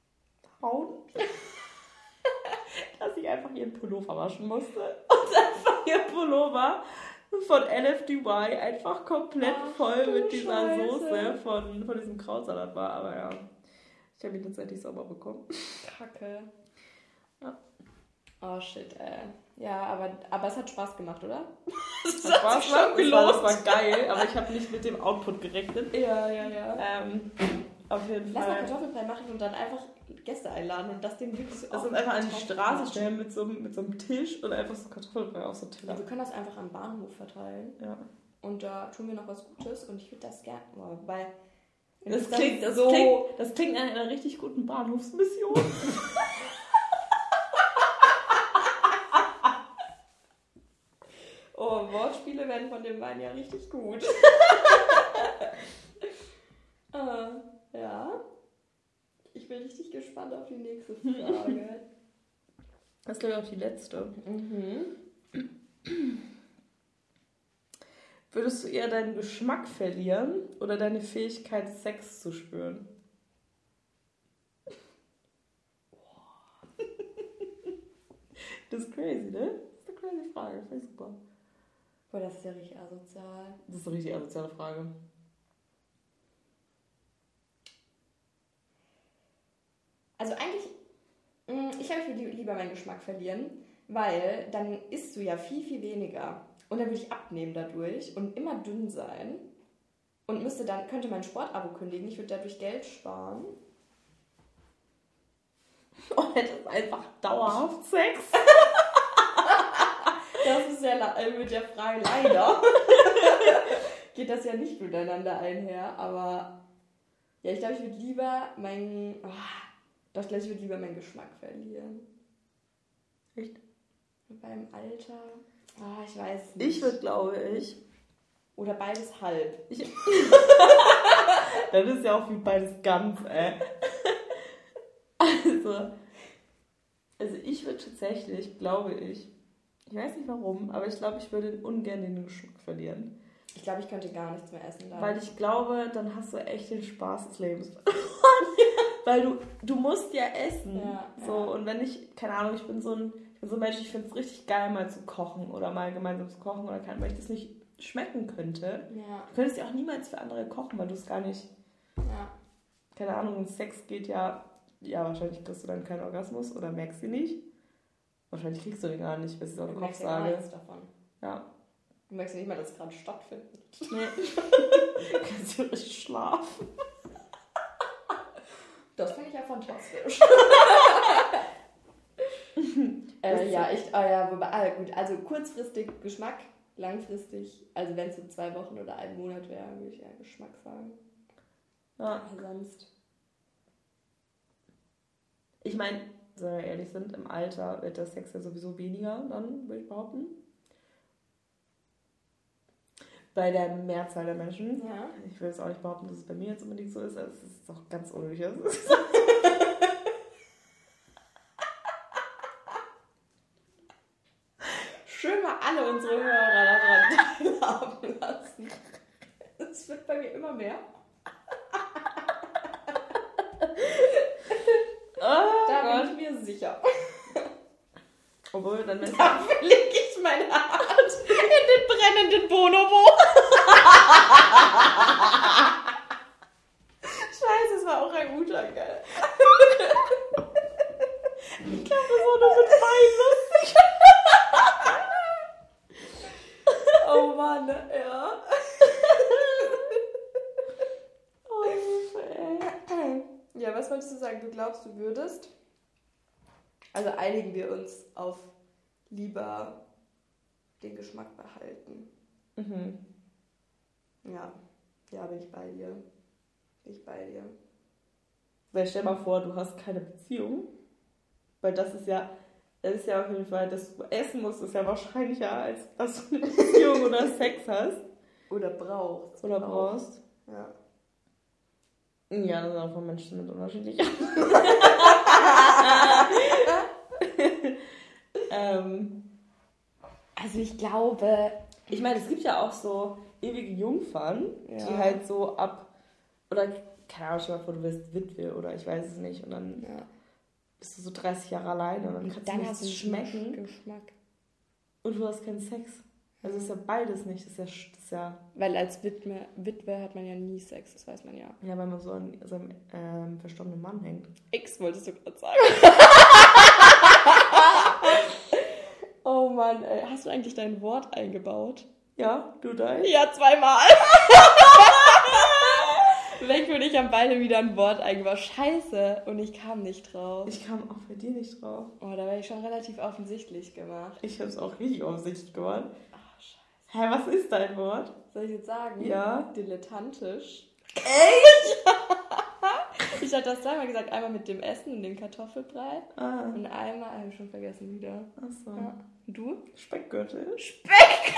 dass ich einfach ihren Pullover waschen musste. Und einfach ihr Pullover von L F D Y einfach komplett Ach, voll mit dieser Scheiße. Soße von, von diesem Krautsalat war. Aber ja, ich habe ihn tatsächlich sauber bekommen. Kacke. Ja. Oh shit, ey. Ja, aber, aber es hat Spaß gemacht, oder? Es hat Spaß gemacht, das war, das war geil, aber ich habe nicht mit dem Output gerechnet. Ja, ja, ja. Ähm, auf jeden Lass Fall. mal Kartoffelbrei machen und dann einfach Gäste einladen und das Ding wirklich so das sind einfach an die Straße stellen mit so, mit so einem Tisch und einfach so Kartoffelbrei auf so einen Teller. Ja, wir können das einfach am Bahnhof verteilen. Ja. Und da tun wir noch was Gutes und ich würde das gerne, weil das, das, klingt, das, so klingt, das klingt nach einer richtig guten Bahnhofsmission. Oh, Wortspiele werden von dem Wein ja richtig gut. uh, ja. Ich will dich richtig gespannt auf die nächste Frage. Das ist, glaube ich, auch die letzte. Mhm. Würdest du eher deinen Geschmack verlieren oder deine Fähigkeit, Sex zu spüren? Das ist crazy, ne? Das ist eine crazy Frage. Das finde ich super. Boah, das ist ja richtig asozial. Das ist eine richtig asoziale Frage. Also eigentlich, mh, ich glaube, ich würde lieber meinen Geschmack verlieren, weil dann isst du ja viel, viel weniger. Und dann würde ich abnehmen dadurch und immer dünn sein. Und müsste dann, könnte mein Sportabo kündigen. Ich würde dadurch Geld sparen. Und hättest einfach dauerhaft Sex. Das ist ja äh, mit der Frage leider. Geht das ja nicht miteinander einher. Aber ja, ich glaube, ich würde lieber meinen... Oh, doch, ich glaube, ich würde lieber meinen Geschmack verlieren. Echt? Beim Alter... Ah, ich weiß es nicht. Ich würde, glaube ich... Oder beides halb. Ich das ist ja auch wie beides ganz, ey. Also, also ich würde tatsächlich, glaube ich, ich weiß nicht warum, aber ich glaube, ich würde ungern den Geschmack verlieren. Ich glaube, ich könnte gar nichts mehr essen. Dann. Weil ich glaube, dann hast du echt den Spaß des Lebens. Weil du, du musst ja essen. Ja, so, ja. Und wenn ich, keine Ahnung, ich bin so ein, ich bin so ein Mensch, ich finde es richtig geil, mal zu kochen oder mal gemeinsam zu kochen oder kann, weil ich das nicht schmecken könnte. Ja. Du könntest ja auch niemals für andere kochen, weil du es gar nicht, Ja. keine Ahnung, Sex geht ja, ja, wahrscheinlich kriegst du dann keinen Orgasmus oder merkst du ihn nicht. Wahrscheinlich kriegst du den gar nicht, bis ich es auch Du im Kopf merkst ja gar sage. nichts davon. Ja. Du merkst ja nicht mal, dass es gerade stattfindet. Nee. Du kannst ja richtig schlafen. Das finde ich ja fantastisch. äh, ja, ich, oh ja, wobei, ah, gut, also kurzfristig Geschmack, langfristig, also wenn es so zwei Wochen oder einen Monat wäre, würde ich ja Geschmack sagen. Ja. Aber sonst. Ich meine, wenn wir ehrlich sind, im Alter wird der Sex ja sowieso weniger, dann würde ich behaupten. Bei der Mehrzahl der Menschen. Ja. Ich will jetzt auch nicht behaupten, dass es bei mir jetzt unbedingt so ist, also es ist doch ganz unnötig. Schön mal alle unsere Hörer daran teilhaben lassen. Es wird bei mir immer mehr. Oh, Da bin ich mir sicher. Obwohl, dann wenn Da lege ich meine Hand in den brennenden Bonobo. Scheiße, das war auch ein guter, geil. ich glaube, das war nur mit Wein lustig. Oh Mann, ja. Oh, Hilfe, ey. Ja, was wolltest du sagen? Du glaubst, du würdest? Also einigen wir uns auf lieber den Geschmack behalten. Mhm. Ja, ja, bin ich bei dir. Bin ich bei dir. Weil stell mal vor, du hast keine Beziehung. Weil das ist ja, das ist ja auf jeden Fall, dass du essen musst, ist ja wahrscheinlicher, als dass du eine Beziehung oder Sex hast. Oder brauchst. Oder brauchst. Ja. Ja, das sind auch von Menschen mit unterschiedlichen. ähm, Also ich glaube... ich meine, es gibt ja auch so ewige Jungfern, Ja. die halt so ab, oder keine Ahnung, stell mal vor, du wirst Witwe oder ich weiß es nicht und dann Ja. bist du so dreißig Jahre alleine und dann kannst du hast nichts du schmecken Geschmack. und du hast keinen Sex. Also ist ja beides nicht, das ist ja, das ist ja, Weil als Witwe, Witwe hat man ja nie Sex, das weiß man ja. ja, weil man so an seinem ähm, verstorbenen Mann hängt. X wolltest du gerade sagen. Oh Mann, ey. Hast du eigentlich dein Wort eingebaut? Ja, du da? Ja, zweimal. Weg und ich haben beide wieder ein Wort eingebaut. Scheiße. Und ich kam nicht drauf. Ich kam auch bei dir nicht drauf. Oh, da war ich schon relativ offensichtlich gemacht. Ich hab's auch richtig offensichtlich gemacht. Ach, scheiße. Hä, was ist dein Wort? Soll ich jetzt sagen? Ja. Dilettantisch. Echt? Ich hatte das zweimal gesagt. Einmal mit dem Essen und dem Kartoffelbrei. Ah, Und einmal, habe ich schon vergessen wieder. achso. Ja. Und du? Speckgürtel. Speck!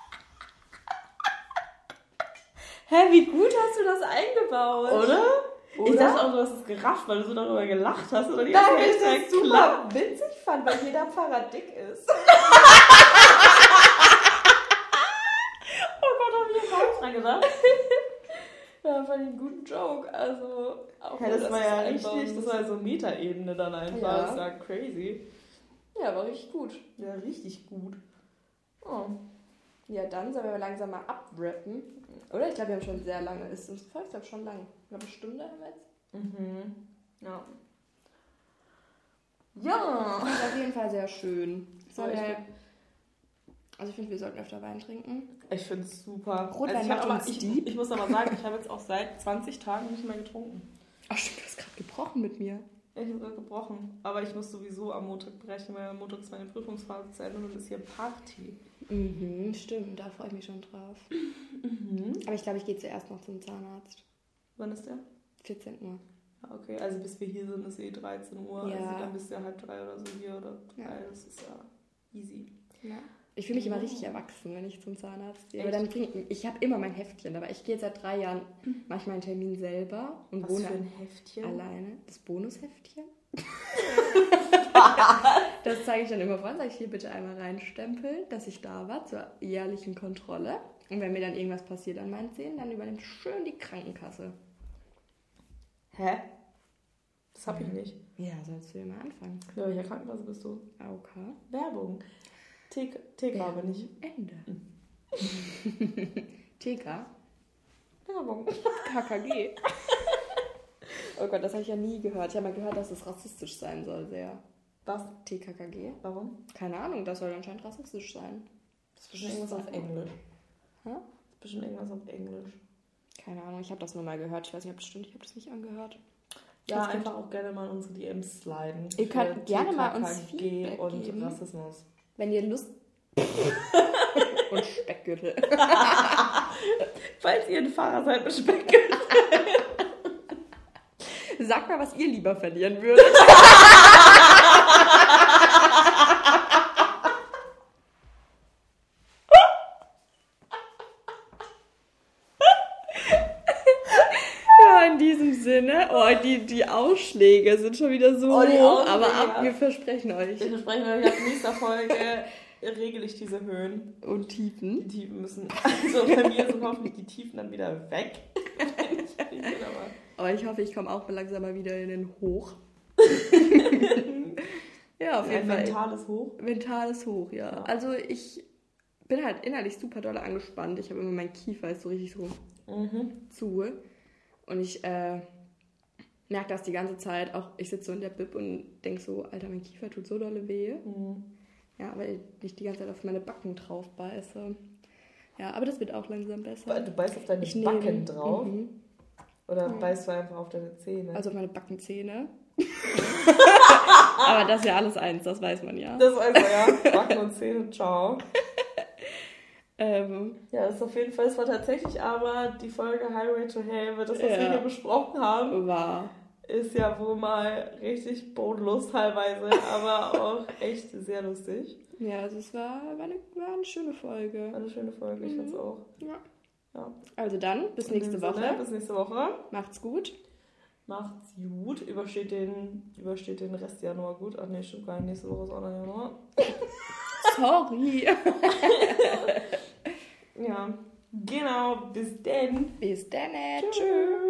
Hä, wie gut hast du das eingebaut? Oder? Oder? Ich dachte auch, du hast es gerafft, weil du so darüber gelacht hast. Oder die Nein, weil ich das super klar. witzig fand, weil jeder Pfarrer dick ist. Oh Gott, hab ich jetzt auch nicht dran gedacht. Ja, fand ich einen guten Joke. Also, auch ja, das gut, war ja richtig, das war so Meta-Ebene dann einfach. Ja. Das war crazy. Ja, war richtig gut. Ja, richtig gut. Oh. Ja, dann sollen wir langsam mal abrappen. Oder? Ich glaube, wir haben schon sehr lange. Ist uns vor, ich glaube schon lange. Ich glaube, eine Stunde haben wir jetzt. Mhm. Ja. Ja! Das ist auf jeden Fall sehr schön. Soll wir, also ich finde, wir sollten öfter Wein trinken. Ich finde es super. Rotwein also macht aber, uns ich, deep. Ich muss aber sagen, ich habe jetzt auch seit zwanzig Tagen nicht mehr getrunken. Ach stimmt, du hast gerade gebrochen mit mir. Ja, ich habe gerade gebrochen. Aber ich muss sowieso am Montag brechen, weil am Montag ist meine Prüfungsphase zu Ende und ist hier Party. Mhm, stimmt, da freue ich mich schon drauf. Mhm. Aber ich glaube, ich gehe zuerst noch zum Zahnarzt. Wann ist der? vierzehn Uhr. Ja, okay, also bis wir hier sind, ist eh dreizehn Uhr. Ja. Also dann bist du ja halb drei oder so hier oder drei. Ja. Das ist ja easy. Ja. Ich fühle mich immer richtig erwachsen, wenn ich zum Zahnarzt gehe. Aber dann bring, ich habe immer mein Heftchen dabei. Ich gehe jetzt seit drei Jahren manchmal einen Termin selber und Was wohne für ein Heftchen? alleine. Das Bonusheftchen. Das zeige ich dann immer vor. Sage ich hier bitte einmal reinstempeln, dass ich da war zur jährlichen Kontrolle. Und wenn mir dann irgendwas passiert an meinen Zähnen, dann übernimmt schön die Krankenkasse. Hä? Das habe ich nicht. Ja, sollst du ja mal anfangen. Ja, welcher Krankenkasse bist du? A O K. Werbung. T K aber nicht. Ende. T K? Werbung. K K G. Oh Gott, das habe ich ja nie gehört. Ich habe mal gehört, dass es rassistisch sein soll, sehr. Was? T K K G? Warum? Keine Ahnung, das soll anscheinend rassistisch sein. Das ist bestimmt irgendwas auf Englisch. Hä? Das ist bestimmt irgendwas auf Englisch. Keine Ahnung, ich habe das nur mal gehört. Ich weiß nicht, ob das stimmt. Ich habe das nicht angehört. Ja, das einfach auch gerne mal in unsere D Ms sliden. Ihr könnt gerne mal uns T K K G Feedback und geben. Rassismus. Wenn ihr Lust... und Speckgürtel. Falls ihr ein Fahrer seid mit Speckgürtel. Sagt mal, was ihr lieber verlieren würdet. Ja, in diesem Sinne. Oh, die, die Ausschläge sind schon wieder so oh, hoch. Aber ab, wir versprechen euch. Wir versprechen euch, ab nächster Folge regel ich diese Höhen. Und Tiefen. Die Tiefen müssen, also bei mir sind hoffentlich die Tiefen dann wieder weg. Aber ich hoffe, ich komme auch langsam mal wieder in den Hoch. Ja, auf jeden Fall. Mentales Hoch? Mentales Hoch, ja. ja. Also ich bin halt innerlich super doll angespannt. Ich habe immer mein Kiefer ist so richtig so mhm. zu. Und ich äh, merke das die ganze Zeit. Auch ich sitze so in der Bib und denke so, Alter, mein Kiefer tut so dolle weh. Mhm. Ja, weil ich die ganze Zeit auf meine Backen drauf beiße. Ja, aber das wird auch langsam besser. Du beißt auf deine ich Backen nehm, drauf? Mhm. Oder mhm. beißt du einfach auf deine Zähne? Also auf meine Backenzähne. Aber das ist ja alles eins, das weiß man ja. Das weiß man ja. Backen und Zähne, ciao. ähm, ja, das ist auf jeden Fall, es war tatsächlich aber die Folge Highway to Hell, das, was ja. wir hier besprochen haben. War. Ist ja wohl mal richtig bodenlos teilweise, aber auch echt sehr lustig. Ja, also es war, war, eine, war eine schöne Folge. War eine schöne Folge, ich mhm. fand's auch. Ja. ja. Also dann, bis In nächste Woche. Sinne, bis nächste Woche. Macht's gut. Macht's gut. Übersteht den, übersteht den Rest Januar gut. Ach nee, stimmt gar nicht. Nächste Woche ist auch noch Januar. Sorry. Ja, genau. Bis denn. Bis dann. Tschüss.